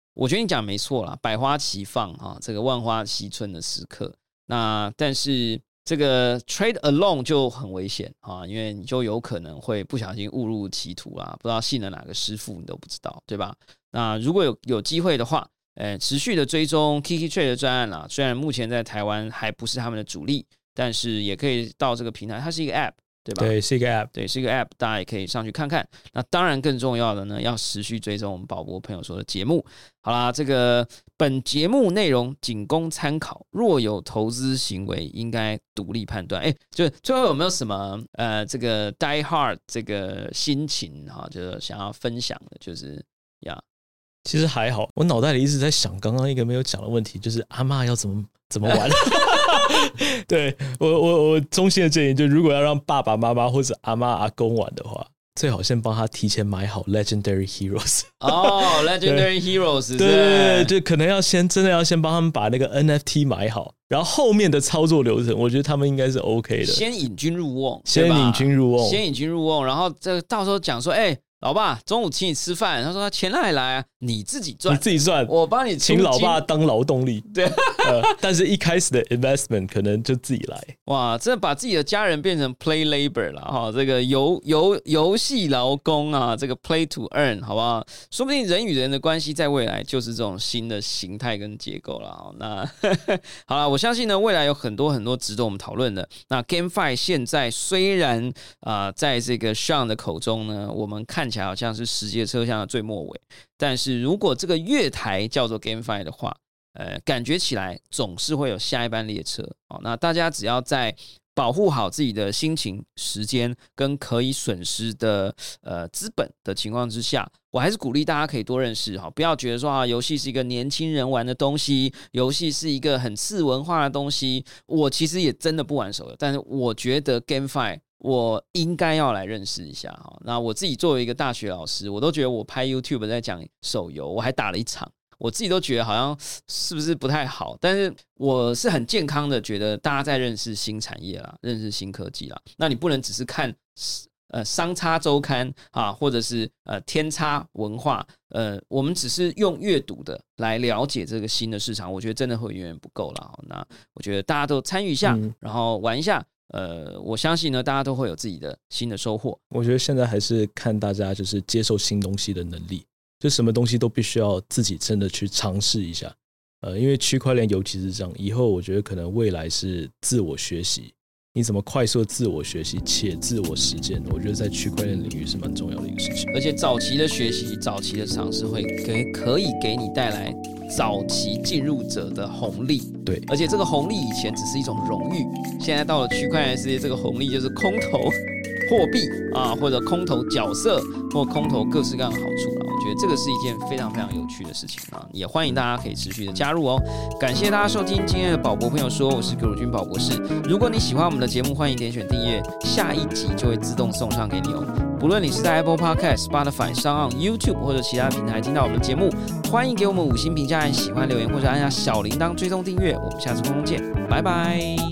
Speaker 2: 我觉得你讲没错啦，百花齐放这个万花齐春的时刻。那但是这个 trade alone 就很危险因为你就有可能会不小心误入歧途啦，不知道信了哪个师傅你都不知道，对吧？那如果有机会的话，持续的追踪 Kiki Trade 的专案啦，虽然目前在台湾还不是他们的主力，但是也可以到这个平台，它是一个 app。对吧？
Speaker 3: 对，是一个 app，
Speaker 2: 对，是一个 app， 大家也可以上去看看。那当然更重要的呢，要持续追踪我们宝博朋友说的节目。好啦，这个本节目内容仅供参考，若有投资行为，应该独立判断。就是最后有没有什么这个 die hard 这个心情就是想要分享的，就是呀。
Speaker 3: 其实还好，我脑袋里一直在想刚刚一个没有讲的问题，就是阿嬷要怎么玩。对，我衷心的建议，就如果要让爸爸妈妈或者阿嬷阿公玩的话，最好先帮他提前买好 Legendary Heroes。
Speaker 2: Legendary Heroes，
Speaker 3: 对，就可能真的要先帮他们把那个 NFT 买好，然后后面的操作流程，我觉得他们应该是 OK 的。
Speaker 2: 先引君入瓮，然后这到时候讲说，老爸，中午请你吃饭。他说他钱哪里来啊？你自己赚，我帮你
Speaker 3: 请老爸当劳动力。
Speaker 2: 对，
Speaker 3: 但是一开始的 investment 可能就自己来。
Speaker 2: 哇，真的把自己的家人变成 play labor 了这个游戏劳工这个 play to earn， 好不好？说不定人与人的关系在未来就是这种新的形态跟结构了。那好了，我相信呢，未来有很多很多值得我们讨论的。那 GameFi 现在虽然在这个 Sean 的口中呢，我们看起来好像是世界车厢的最末尾，但是如果这个月台叫做 GameFi 的话，感觉起来总是会有下一班列车。那大家只要在保护好自己的心情、时间跟可以损失的资本的情况之下，我还是鼓励大家可以多认识不要觉得说游戏是一个年轻人玩的东西，游戏是一个很次文化的东西。我其实也真的不玩手游，但是我觉得 GameFi我应该要来认识一下。那我自己作为一个大学老师，我都觉得我拍 YouTube 在讲手游，我还打了一场，我自己都觉得好像是不是不太好，但是我是很健康的觉得大家在认识新产业啦，认识新科技啦。那你不能只是看商差周刊或者是天差文化，我们只是用阅读的来了解这个新的市场，我觉得真的会远远不够啦。那我觉得大家都参与一下，然后玩一下。我相信呢，大家都会有自己的新的收获。
Speaker 3: 我觉得现在还是看大家就是接受新东西的能力，就什么东西都必须要自己真的去尝试一下。因为区块链尤其是这样，以后我觉得可能未来是自我学习，你怎么快速自我学习且自我实践，我觉得在区块链领域是蛮重要的一个事情。
Speaker 2: 而且早期的学习、早期的尝试会可以给你带来早期进入者的红利。
Speaker 3: 对，
Speaker 2: 而且这个红利以前只是一种荣誉，现在到了区块链世界，这个红利就是空投货币或者空投角色或空投各式各样的好处啦。我觉得这个是一件非常非常有趣的事情也欢迎大家可以持续的加入哦。感谢大家收听今天的宝博朋友说，我是葛汝君宝博士。如果你喜欢我们的节目，欢迎点选订阅，下一集就会自动送上给你哦。不论你是在 Apple Podcast、Spotify、SoundOn、YouTube 或者其他平台听到我们的节目，欢迎给我们5星评价，按喜欢留言或者按下小铃铛追踪订阅。我们下次空中见，拜拜。